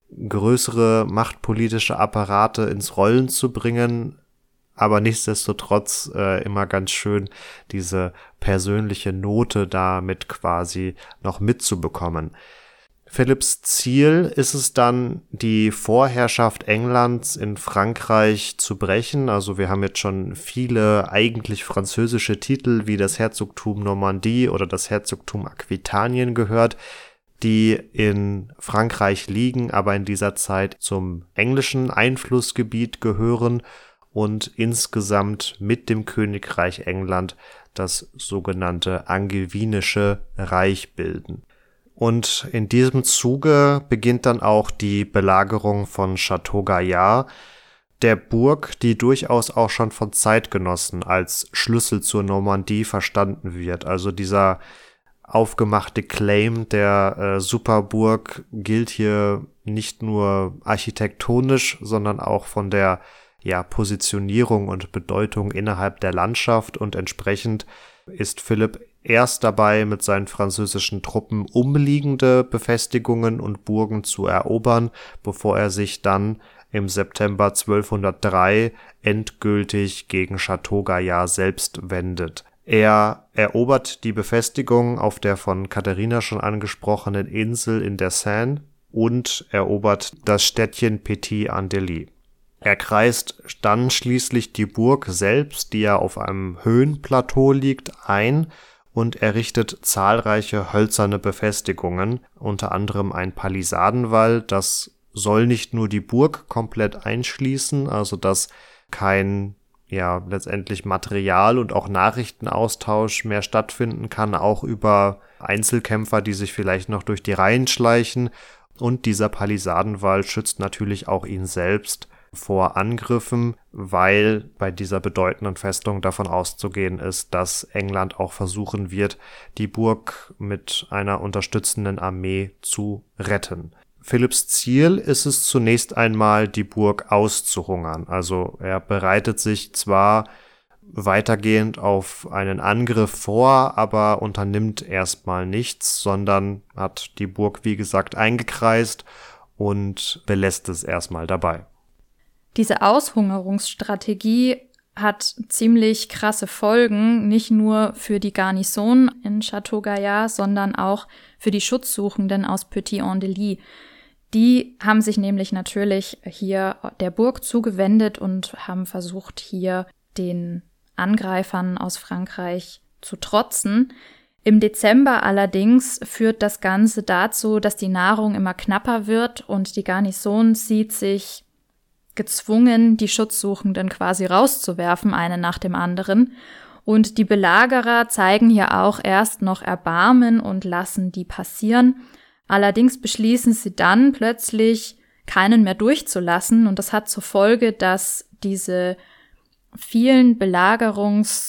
größere machtpolitische Apparate ins Rollen zu bringen, aber nichtsdestotrotz äh, immer ganz schön diese persönliche Note damit quasi noch mitzubekommen. Philipps Ziel ist es dann, die Vorherrschaft Englands in Frankreich zu brechen. Also wir haben jetzt schon viele eigentlich französische Titel wie das Herzogtum Normandie oder das Herzogtum Aquitanien gehört, die in Frankreich liegen, aber in dieser Zeit zum englischen Einflussgebiet gehören und insgesamt mit dem Königreich England das sogenannte Angevinische Reich bilden. Und in diesem Zuge beginnt dann auch die Belagerung von Château Gaillard, der Burg, die durchaus auch schon von Zeitgenossen als Schlüssel zur Normandie verstanden wird. Also dieser aufgemachte Claim der äh, Superburg gilt hier nicht nur architektonisch, sondern auch von der ja, Positionierung und Bedeutung innerhalb der Landschaft, und entsprechend ist Philipp erst dabei, mit seinen französischen Truppen umliegende Befestigungen und Burgen zu erobern, bevor er sich dann im September zwölfhundertdrei endgültig gegen Château Gaillard selbst wendet. Er erobert die Befestigung auf der von Katharina schon angesprochenen Insel in der Seine und erobert das Städtchen Petit-Andely. Er kreist dann schließlich die Burg selbst, die ja auf einem Höhenplateau liegt, ein und errichtet zahlreiche hölzerne Befestigungen, unter anderem ein Palisadenwall. Das soll nicht nur die Burg komplett einschließen, also dass kein ja letztendlich Material- und auch Nachrichtenaustausch mehr stattfinden kann, auch über Einzelkämpfer, die sich vielleicht noch durch die Reihen schleichen. Und dieser Palisadenwall schützt natürlich auch ihn selbst vor Angriffen, weil bei dieser bedeutenden Festung davon auszugehen ist, dass England auch versuchen wird, die Burg mit einer unterstützenden Armee zu retten. Philipps Ziel ist es zunächst einmal, die Burg auszuhungern. Also er bereitet sich zwar weitergehend auf einen Angriff vor, aber unternimmt erstmal nichts, sondern hat die Burg, wie gesagt, eingekreist und belässt es erstmal dabei. Diese Aushungerungsstrategie hat ziemlich krasse Folgen, nicht nur für die Garnison in Château Gaillard, sondern auch für die Schutzsuchenden aus Petit-Andely. Die haben sich nämlich natürlich hier der Burg zugewendet und haben versucht, hier den Angreifern aus Frankreich zu trotzen. Im Dezember allerdings führt das Ganze dazu, dass die Nahrung immer knapper wird und die Garnison sieht sich gezwungen, die Schutzsuchenden quasi rauszuwerfen, eine nach dem anderen. Und die Belagerer zeigen hier auch erst noch Erbarmen und lassen die passieren. Allerdings beschließen sie dann plötzlich, keinen mehr durchzulassen. Und das hat zur Folge, dass diese vielen Belagerungs-,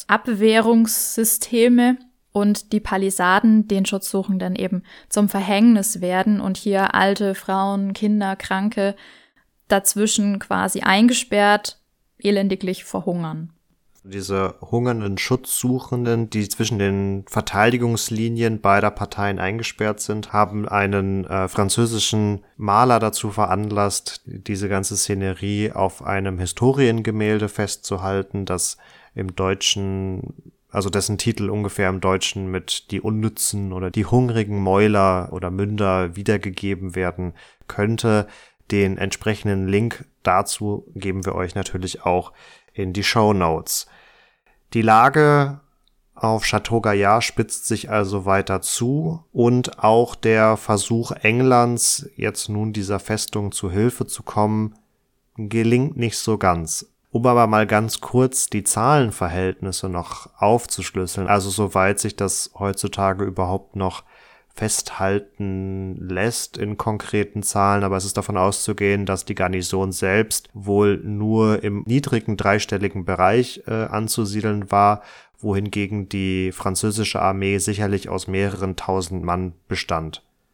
Abwehrungssysteme und die Palisaden den Schutzsuchenden eben zum Verhängnis werden und hier alte Frauen, Kinder, Kranke dazwischen quasi eingesperrt, elendiglich verhungern. Diese hungernden Schutzsuchenden, die zwischen den Verteidigungslinien beider Parteien eingesperrt sind, haben einen äh, französischen Maler dazu veranlasst, diese ganze Szenerie auf einem Historiengemälde festzuhalten, das im Deutschen, also dessen Titel ungefähr im Deutschen mit die Unnützen oder die hungrigen Mäuler oder Münder wiedergegeben werden könnte. Den entsprechenden Link dazu geben wir euch natürlich auch in die Shownotes. Die Lage auf Château Gaillard spitzt sich also weiter zu und auch der Versuch Englands, jetzt nun dieser Festung zu Hilfe zu kommen, gelingt nicht so ganz. Um aber mal ganz kurz die Zahlenverhältnisse noch aufzuschlüsseln, also soweit sich das heutzutage überhaupt noch festhalten lässt in konkreten Zahlen, aber es ist davon auszugehen, dass die Garnison selbst wohl nur im niedrigen dreistelligen Bereich äh, anzusiedeln war, wohingegen die französische Armee sicherlich aus mehreren tausend Mann bestand.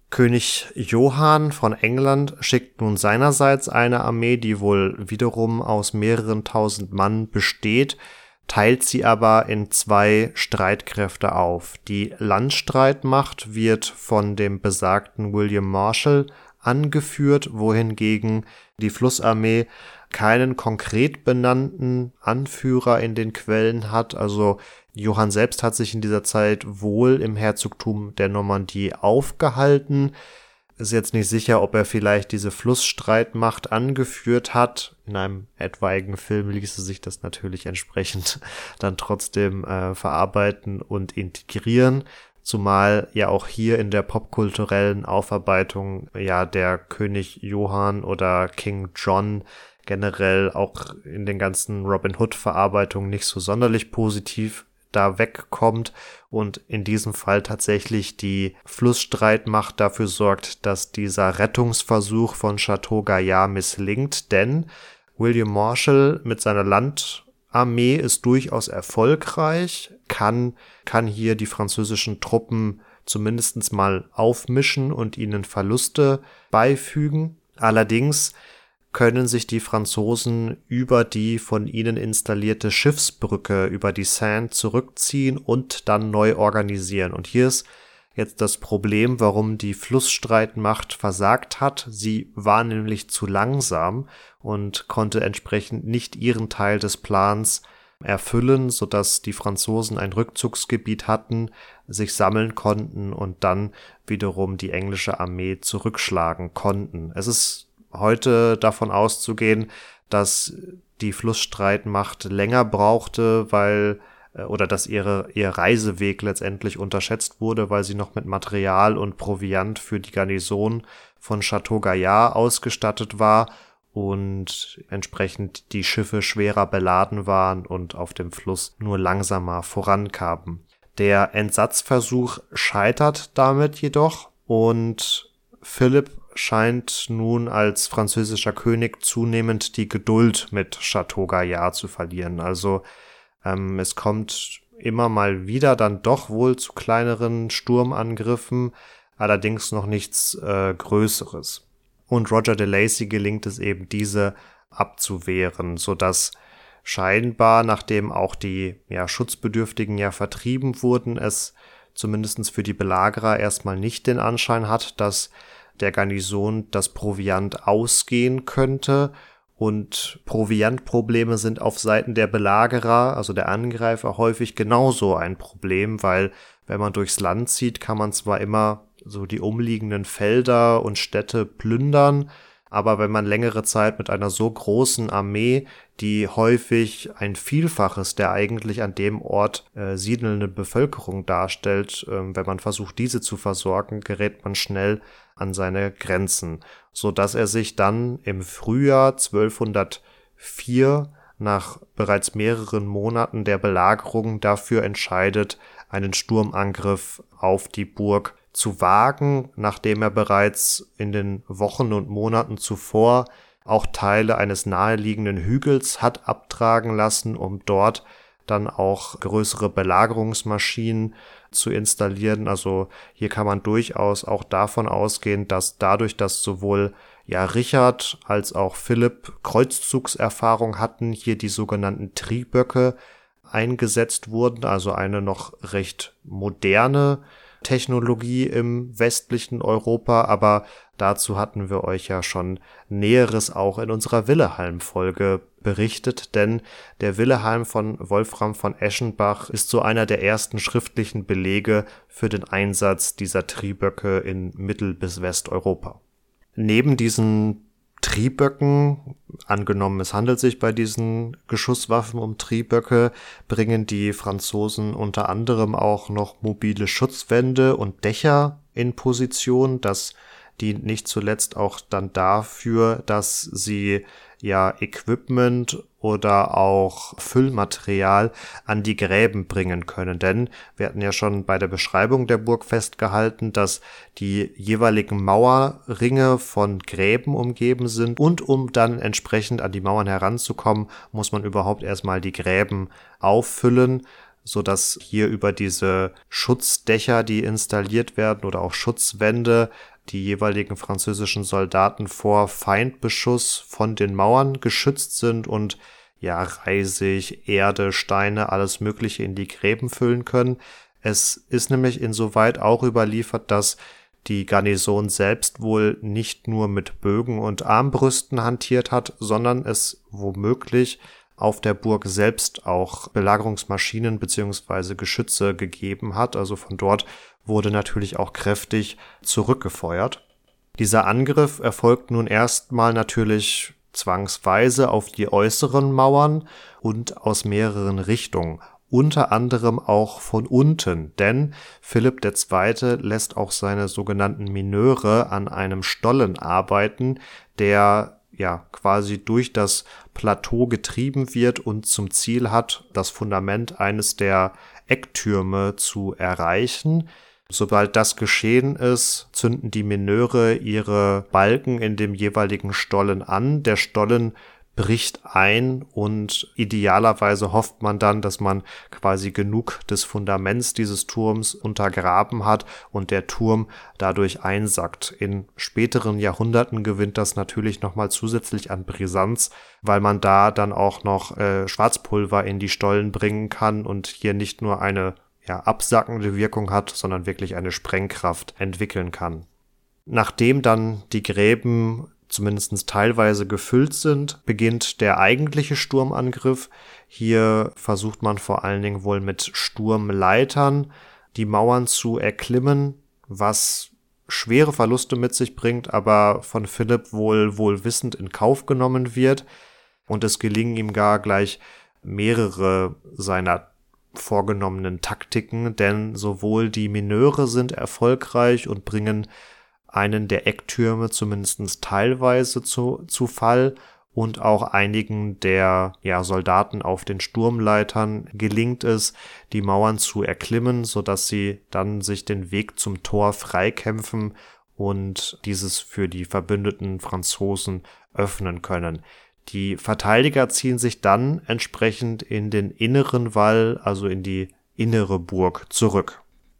König Johann von England schickt nun seinerseits eine Armee, die wohl wiederum aus mehreren tausend Mann besteht, teilt sie aber in zwei Streitkräfte auf. Die Landstreitmacht wird von dem besagten William Marshall angeführt, wohingegen die Flussarmee keinen konkret benannten Anführer in den Quellen hat. Also Johann selbst hat sich in dieser Zeit wohl im Herzogtum der Normandie aufgehalten. Ist jetzt nicht sicher, ob er vielleicht diese Flussstreitmacht angeführt hat. In einem etwaigen Film ließe sich das natürlich entsprechend dann trotzdem äh, verarbeiten und integrieren. Zumal ja auch hier in der popkulturellen Aufarbeitung ja der König Johann oder King John generell auch in den ganzen Robin Hood-Verarbeitungen nicht so sonderlich positiv da wegkommt und in diesem Fall tatsächlich die Flussstreitmacht dafür sorgt, dass dieser Rettungsversuch von Chateau Gaillard misslingt, denn William Marshall mit seiner Landarmee ist durchaus erfolgreich, kann, kann hier die französischen Truppen zumindest mal aufmischen und ihnen Verluste beifügen. Allerdings können sich die Franzosen über die von ihnen installierte Schiffsbrücke über die Seine zurückziehen und dann neu organisieren. Und hier ist jetzt das Problem, warum die Flussstreitmacht versagt hat. Sie war nämlich zu langsam und konnte entsprechend nicht ihren Teil des Plans erfüllen, sodass die Franzosen ein Rückzugsgebiet hatten, sich sammeln konnten und dann wiederum die englische Armee zurückschlagen konnten. Es ist heute davon auszugehen, dass die Flussstreitmacht länger brauchte, weil oder dass ihre ihr Reiseweg letztendlich unterschätzt wurde, weil sie noch mit Material und Proviant für die Garnison von Chateau Gaillard ausgestattet war und entsprechend die Schiffe schwerer beladen waren und auf dem Fluss nur langsamer vorankamen. Der Entsatzversuch scheitert damit jedoch und Philipp scheint nun als französischer König zunehmend die Geduld mit Chateau Gaillard zu verlieren. Also ähm, es kommt immer mal wieder dann doch wohl zu kleineren Sturmangriffen, allerdings noch nichts äh, Größeres. Und Roger de Lacy gelingt es eben, diese abzuwehren, sodass scheinbar, nachdem auch die ja, Schutzbedürftigen ja vertrieben wurden, es zumindest für die Belagerer erstmal nicht den Anschein hat, dass der Garnison das Proviant ausgehen könnte. Und Proviantprobleme sind auf Seiten der Belagerer, also der Angreifer, häufig genauso ein Problem, weil wenn man durchs Land zieht, kann man zwar immer so die umliegenden Felder und Städte plündern, aber wenn man längere Zeit mit einer so großen Armee, die häufig ein Vielfaches der eigentlich an dem Ort äh, siedelnden Bevölkerung darstellt, äh, wenn man versucht, diese zu versorgen, gerät man schnell an seine Grenzen, so dass er sich dann im Frühjahr zwölfhundertvier nach bereits mehreren Monaten der Belagerung dafür entscheidet, einen Sturmangriff auf die Burg zu wagen, nachdem er bereits in den Wochen und Monaten zuvor auch Teile eines naheliegenden Hügels hat abtragen lassen, um dort dann auch größere Belagerungsmaschinen zu installieren. Also hier kann man durchaus auch davon ausgehen, dass dadurch, dass sowohl ja Richard als auch Philipp Kreuzzugserfahrung hatten, hier die sogenannten Trieböcke eingesetzt wurden, also eine noch recht moderne Technologie im westlichen Europa, aber dazu hatten wir euch ja schon Näheres auch in unserer Willehalm-Folge berichtet, denn der Willehalm von Wolfram von Eschenbach ist so einer der ersten schriftlichen Belege für den Einsatz dieser Trieböcke in Mittel- bis Westeuropa. Neben diesen Trieböcken, angenommen es handelt sich bei diesen Geschusswaffen um Trieböcke, bringen die Franzosen unter anderem auch noch mobile Schutzwände und Dächer in Position. Das dient nicht zuletzt auch dann dafür, dass sie ja Equipment oder auch Füllmaterial an die Gräben bringen können. Denn wir hatten ja schon bei der Beschreibung der Burg festgehalten, dass die jeweiligen Mauerringe von Gräben umgeben sind. Und um dann entsprechend an die Mauern heranzukommen, muss man überhaupt erstmal die Gräben auffüllen, sodass hier über diese Schutzdächer, die installiert werden, oder auch Schutzwände, die jeweiligen französischen Soldaten vor Feindbeschuss von den Mauern geschützt sind und ja, Reisig, Erde, Steine, alles Mögliche in die Gräben füllen können. Es ist nämlich insoweit auch überliefert, dass die Garnison selbst wohl nicht nur mit Bögen und Armbrüsten hantiert hat, sondern es womöglich auf der Burg selbst auch Belagerungsmaschinen bzw. Geschütze gegeben hat. Also von dort wurde natürlich auch kräftig zurückgefeuert. Dieser Angriff erfolgt nun erstmal natürlich zwangsweise auf die äußeren Mauern und aus mehreren Richtungen. Unter anderem auch von unten, denn Philipp der Zweite lässt auch seine sogenannten Mineure an einem Stollen arbeiten, der ja quasi durch das Plateau getrieben wird und zum Ziel hat, das Fundament eines der Ecktürme zu erreichen. Sobald das geschehen ist, zünden die Mineure ihre Balken in dem jeweiligen Stollen an. Der Stollen bricht ein und idealerweise hofft man dann, dass man quasi genug des Fundaments dieses Turms untergraben hat und der Turm dadurch einsackt. In späteren Jahrhunderten gewinnt das natürlich nochmal zusätzlich an Brisanz, weil man da dann auch noch äh, Schwarzpulver in die Stollen bringen kann und hier nicht nur eine ja, absackende Wirkung hat, sondern wirklich eine Sprengkraft entwickeln kann. Nachdem dann die Gräben zumindest teilweise gefüllt sind, beginnt der eigentliche Sturmangriff. Hier versucht man vor allen Dingen wohl mit Sturmleitern die Mauern zu erklimmen, was schwere Verluste mit sich bringt, aber von Philipp wohl wohlwissend in Kauf genommen wird. Und es gelingen ihm gar gleich mehrere seiner vorgenommenen Taktiken, denn sowohl die Mineure sind erfolgreich und bringen einen der Ecktürme zumindest teilweise zu, zu Fall und auch einigen der ja, Soldaten auf den Sturmleitern gelingt es, die Mauern zu erklimmen, sodass sie dann sich den Weg zum Tor freikämpfen und dieses für die verbündeten Franzosen öffnen können. Die Verteidiger ziehen sich dann entsprechend in den inneren Wall, also in die innere Burg, zurück.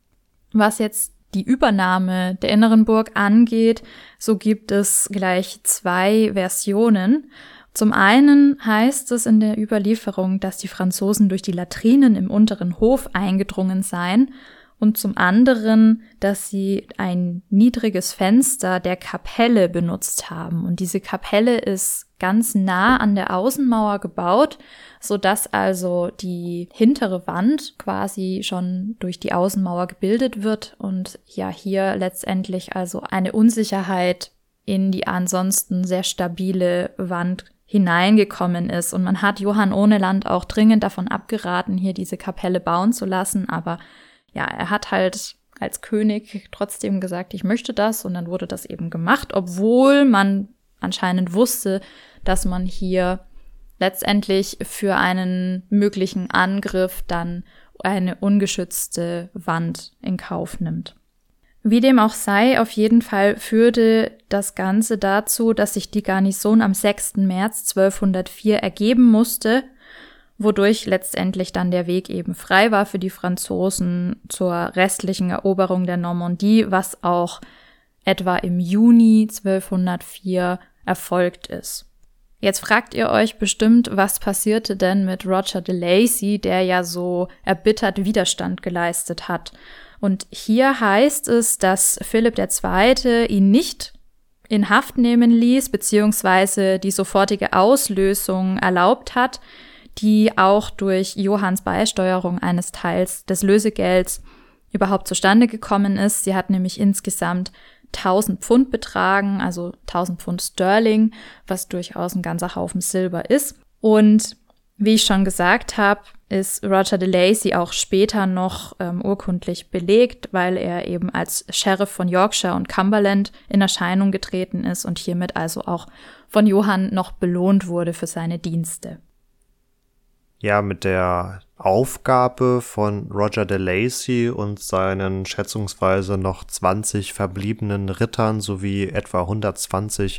Was jetzt die Übernahme der inneren Burg angeht, so gibt es gleich zwei Versionen. Zum einen heißt es in der Überlieferung, dass die Franzosen durch die Latrinen im unteren Hof eingedrungen seien und zum anderen, dass sie ein niedriges Fenster der Kapelle benutzt haben. Und diese Kapelle ist ganz nah an der Außenmauer gebaut, sodass also die hintere Wand quasi schon durch die Außenmauer gebildet wird und ja hier letztendlich also eine Unsicherheit in die ansonsten sehr stabile Wand hineingekommen ist. Und man hat Johann Ohneland auch dringend davon abgeraten, hier diese Kapelle bauen zu lassen, aber ja, er hat halt als König trotzdem gesagt, ich möchte das, und dann wurde das eben gemacht, obwohl man anscheinend wusste, dass man hier letztendlich für einen möglichen Angriff dann eine ungeschützte Wand in Kauf nimmt. Wie dem auch sei, auf jeden Fall führte das Ganze dazu, dass sich die Garnison am sechsten März zwölfhundertvier ergeben musste, wodurch letztendlich dann der Weg eben frei war für die Franzosen zur restlichen Eroberung der Normandie, was auch etwa im Juni zwölfhundertvier erfolgt ist. Jetzt fragt ihr euch bestimmt, was passierte denn mit Roger de Lacy, der ja so erbittert Widerstand geleistet hat. Und hier heißt es, dass Philipp der Zweite ihn nicht in Haft nehmen ließ, beziehungsweise die sofortige Auslösung erlaubt hat, die auch durch Johanns Beisteuerung eines Teils des Lösegelds überhaupt zustande gekommen ist. Sie hat nämlich insgesamt tausend Pfund betragen, also tausend Pfund Sterling, was durchaus ein ganzer Haufen Silber ist. Und wie ich schon gesagt habe, ist Roger de Lacy auch später noch ähm, urkundlich belegt, weil er eben als Sheriff von Yorkshire und Cumberland in Erscheinung getreten ist und hiermit also auch von Johann noch belohnt wurde für seine Dienste. Ja, mit der Aufgabe von Roger de Lacy und seinen schätzungsweise noch zwanzig verbliebenen Rittern sowie etwa hundertzwanzig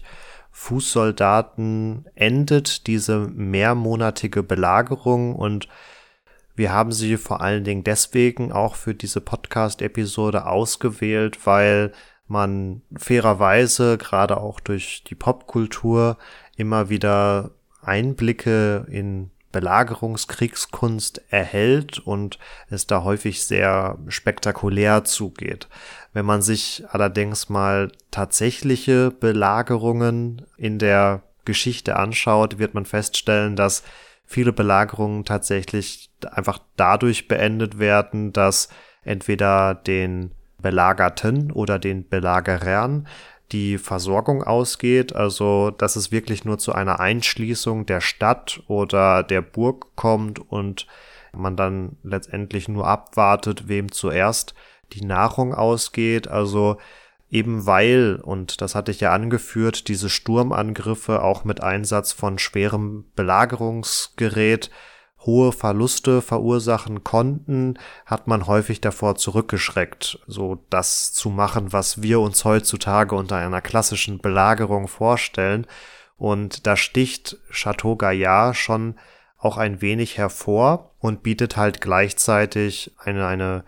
Fußsoldaten endet diese mehrmonatige Belagerung, und wir haben sie vor allen Dingen deswegen auch für diese Podcast-Episode ausgewählt, weil man fairerweise, gerade auch durch die Popkultur, immer wieder Einblicke in Belagerungskriegskunst erhält und es da häufig sehr spektakulär zugeht. Wenn man sich allerdings mal tatsächliche Belagerungen in der Geschichte anschaut, wird man feststellen, dass viele Belagerungen tatsächlich einfach dadurch beendet werden, dass entweder den Belagerten oder den Belagerern die Versorgung ausgeht, also dass es wirklich nur zu einer Einschließung der Stadt oder der Burg kommt und man dann letztendlich nur abwartet, wem zuerst die Nahrung ausgeht. Also eben weil, und das hatte ich ja angeführt, diese Sturmangriffe auch mit Einsatz von schwerem Belagerungsgerät hohe Verluste verursachen konnten, hat man häufig davor zurückgeschreckt, so das zu machen, was wir uns heutzutage unter einer klassischen Belagerung vorstellen. Und da sticht Château Gaillard schon auch ein wenig hervor und bietet halt gleichzeitig eine, eine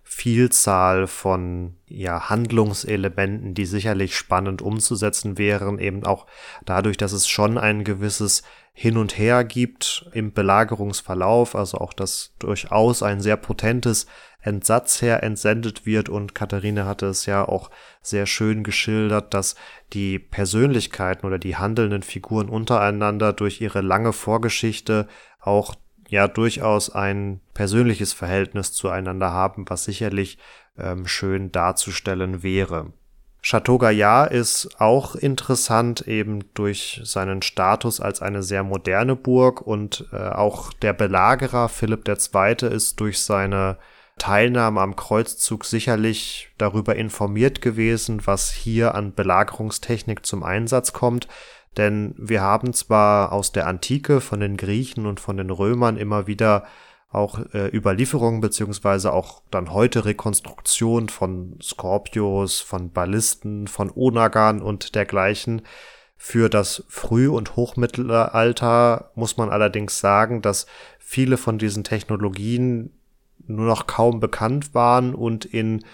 Vielzahl von ja, Handlungselementen, die sicherlich spannend umzusetzen wären, eben auch dadurch, dass es schon ein gewisses Hin und Her gibt im Belagerungsverlauf, also auch, dass durchaus ein sehr potentes Entsatzheer entsendet wird, und Katharina hatte es ja auch sehr schön geschildert, dass die Persönlichkeiten oder die handelnden Figuren untereinander durch ihre lange Vorgeschichte auch ja durchaus ein persönliches Verhältnis zueinander haben, was sicherlich ähm, schön darzustellen wäre. Château Gaillard ist auch interessant eben durch seinen Status als eine sehr moderne Burg, und äh, auch der Belagerer Philipp der Zweite ist durch seine Teilnahme am Kreuzzug sicherlich darüber informiert gewesen, was hier an Belagerungstechnik zum Einsatz kommt. Denn wir haben zwar aus der Antike von den Griechen und von den Römern immer wieder auch äh, Überlieferungen beziehungsweise auch dann heute Rekonstruktion von Skorpios, von Ballisten, von Onagern und dergleichen. Für das Früh- und Hochmittelalter muss man allerdings sagen, dass viele von diesen Technologien nur noch kaum bekannt waren und in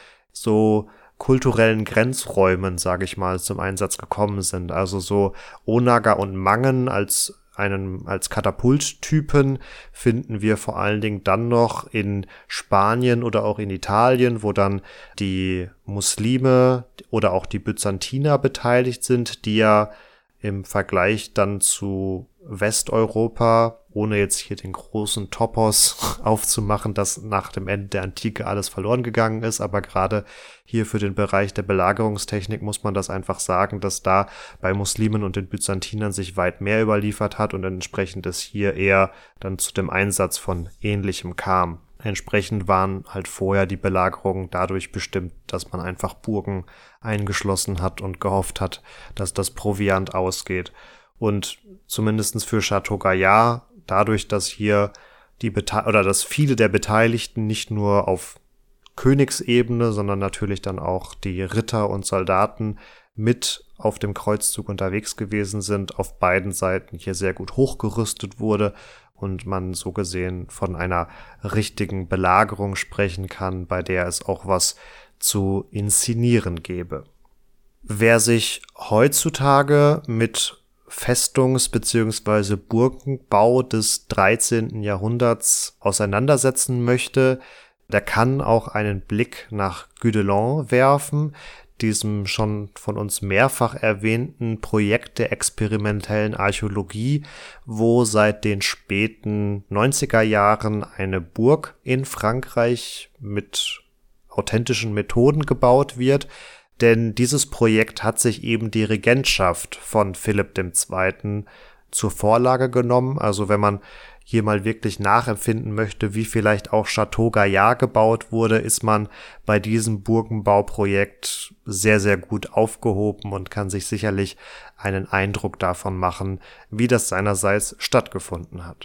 so kulturellen Grenzräumen, sage ich mal, zum Einsatz gekommen sind. Also so Onager und Mangen als einen als Katapulttypen finden wir vor allen Dingen dann noch in Spanien oder auch in Italien, wo dann die Muslime oder auch die Byzantiner beteiligt sind, die ja im Vergleich dann zu Westeuropa, ohne jetzt hier den großen Topos aufzumachen, dass nach dem Ende der Antike alles verloren gegangen ist, aber gerade hier für den Bereich der Belagerungstechnik muss man das einfach sagen, dass da bei Muslimen und den Byzantinern sich weit mehr überliefert hat und entsprechend es hier eher dann zu dem Einsatz von Ähnlichem kam. Entsprechend waren halt vorher die Belagerungen dadurch bestimmt, dass man einfach Burgen eingeschlossen hat und gehofft hat, dass das Proviant ausgeht. Und zumindestens für Château Gaillard, dadurch, dass hier die Bete- oder dass viele der Beteiligten nicht nur auf Königsebene, sondern natürlich dann auch die Ritter und Soldaten mit auf dem Kreuzzug unterwegs gewesen sind, auf beiden Seiten hier sehr gut hochgerüstet wurde und man so gesehen von einer richtigen Belagerung sprechen kann, bei der es auch was zu inszenieren gäbe. Wer sich heutzutage mit Festungs- bzw. Burgenbau des dreizehnten Jahrhunderts auseinandersetzen möchte, der kann auch einen Blick nach Gudelin werfen, diesem schon von uns mehrfach erwähnten Projekt der experimentellen Archäologie, wo seit den späten neunziger Jahren eine Burg in Frankreich mit authentischen Methoden gebaut wird. Denn dieses Projekt hat sich eben die Regentschaft von Philipp der Zweite zur Vorlage genommen. Also wenn man hier mal wirklich nachempfinden möchte, wie vielleicht auch Château Gaillard gebaut wurde, ist man bei diesem Burgenbauprojekt sehr, sehr gut aufgehoben und kann sich sicherlich einen Eindruck davon machen, wie das seinerseits stattgefunden hat.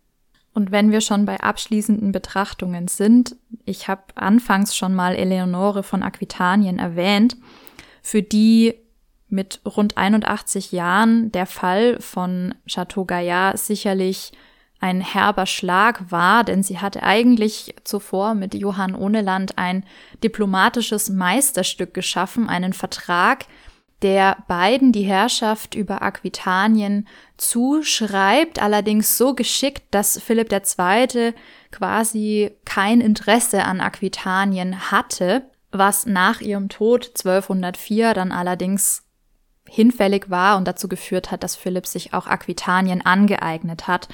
Und wenn wir schon bei abschließenden Betrachtungen sind, ich habe anfangs schon mal Eleonore von Aquitanien erwähnt, für die mit rund einundachtzig Jahren der Fall von Château Gaillard sicherlich ein herber Schlag war, denn sie hatte eigentlich zuvor mit Johann Ohneland ein diplomatisches Meisterstück geschaffen, einen Vertrag, der beiden die Herrschaft über Aquitanien zuschreibt, allerdings so geschickt, dass Philipp der Zweite quasi kein Interesse an Aquitanien hatte, was nach ihrem Tod zwölfhundertvier dann allerdings hinfällig war und dazu geführt hat, dass Philipp sich auch Aquitanien angeeignet hat.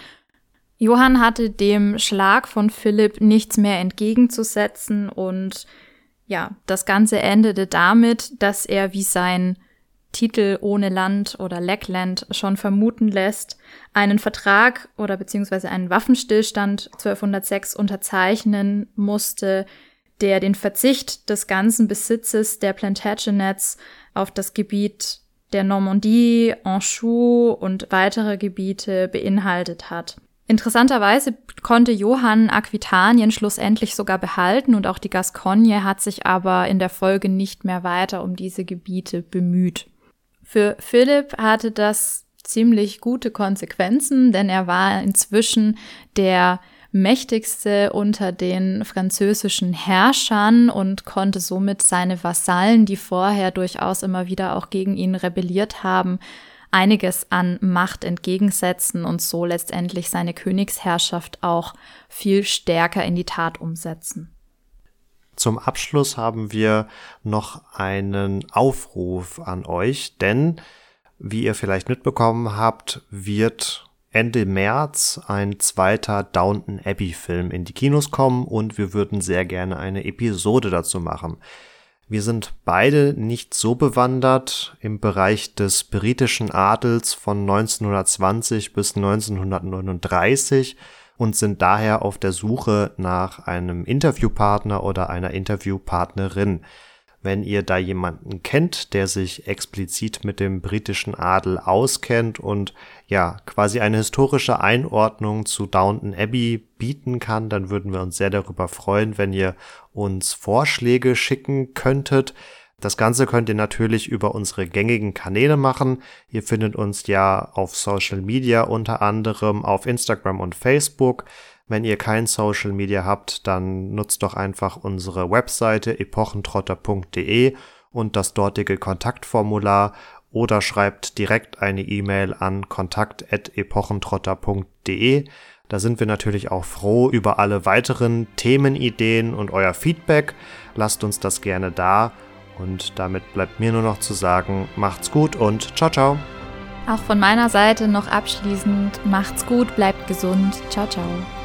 Johann hatte dem Schlag von Philipp nichts mehr entgegenzusetzen und ja, das Ganze endete damit, dass er, wie sein Titel Ohneland oder Leckland schon vermuten lässt, einen Vertrag oder beziehungsweise einen Waffenstillstand zwölfhundertsechs unterzeichnen musste, der den Verzicht des ganzen Besitzes der Plantagenets auf das Gebiet der Normandie, Anjou und weitere Gebiete beinhaltet hat. Interessanterweise konnte Johann Aquitanien schlussendlich sogar behalten und auch die Gascogne hat sich aber in der Folge nicht mehr weiter um diese Gebiete bemüht. Für Philipp hatte das ziemlich gute Konsequenzen, denn er war inzwischen der mächtigste unter den französischen Herrschern und konnte somit seine Vasallen, die vorher durchaus immer wieder auch gegen ihn rebelliert haben, einiges an Macht entgegensetzen und so letztendlich seine Königsherrschaft auch viel stärker in die Tat umsetzen. Zum Abschluss haben wir noch einen Aufruf an euch, denn, wie ihr vielleicht mitbekommen habt, wird Ende März ein zweiter Downton Abbey-Film in die Kinos kommen und wir würden sehr gerne eine Episode dazu machen. Wir sind beide nicht so bewandert im Bereich des britischen Adels von neunzehnhundertzwanzig bis neunzehnhundertneununddreißig und sind daher auf der Suche nach einem Interviewpartner oder einer Interviewpartnerin. Wenn ihr da jemanden kennt, der sich explizit mit dem britischen Adel auskennt und ja, quasi eine historische Einordnung zu Downton Abbey bieten kann, dann würden wir uns sehr darüber freuen, wenn ihr uns Vorschläge schicken könntet. Das Ganze könnt ihr natürlich über unsere gängigen Kanäle machen. Ihr findet uns ja auf Social Media, unter anderem auf Instagram und Facebook. Wenn ihr kein Social Media habt, dann nutzt doch einfach unsere Webseite epochentrotter punkt de und das dortige Kontaktformular oder schreibt direkt eine E-Mail an kontakt at epochentrotter punkt de. Da sind wir natürlich auch froh über alle weiteren Themenideen und euer Feedback. Lasst uns das gerne da. Und damit bleibt mir nur noch zu sagen, macht's gut und ciao, ciao. Auch von meiner Seite noch abschließend, macht's gut, bleibt gesund, ciao, ciao.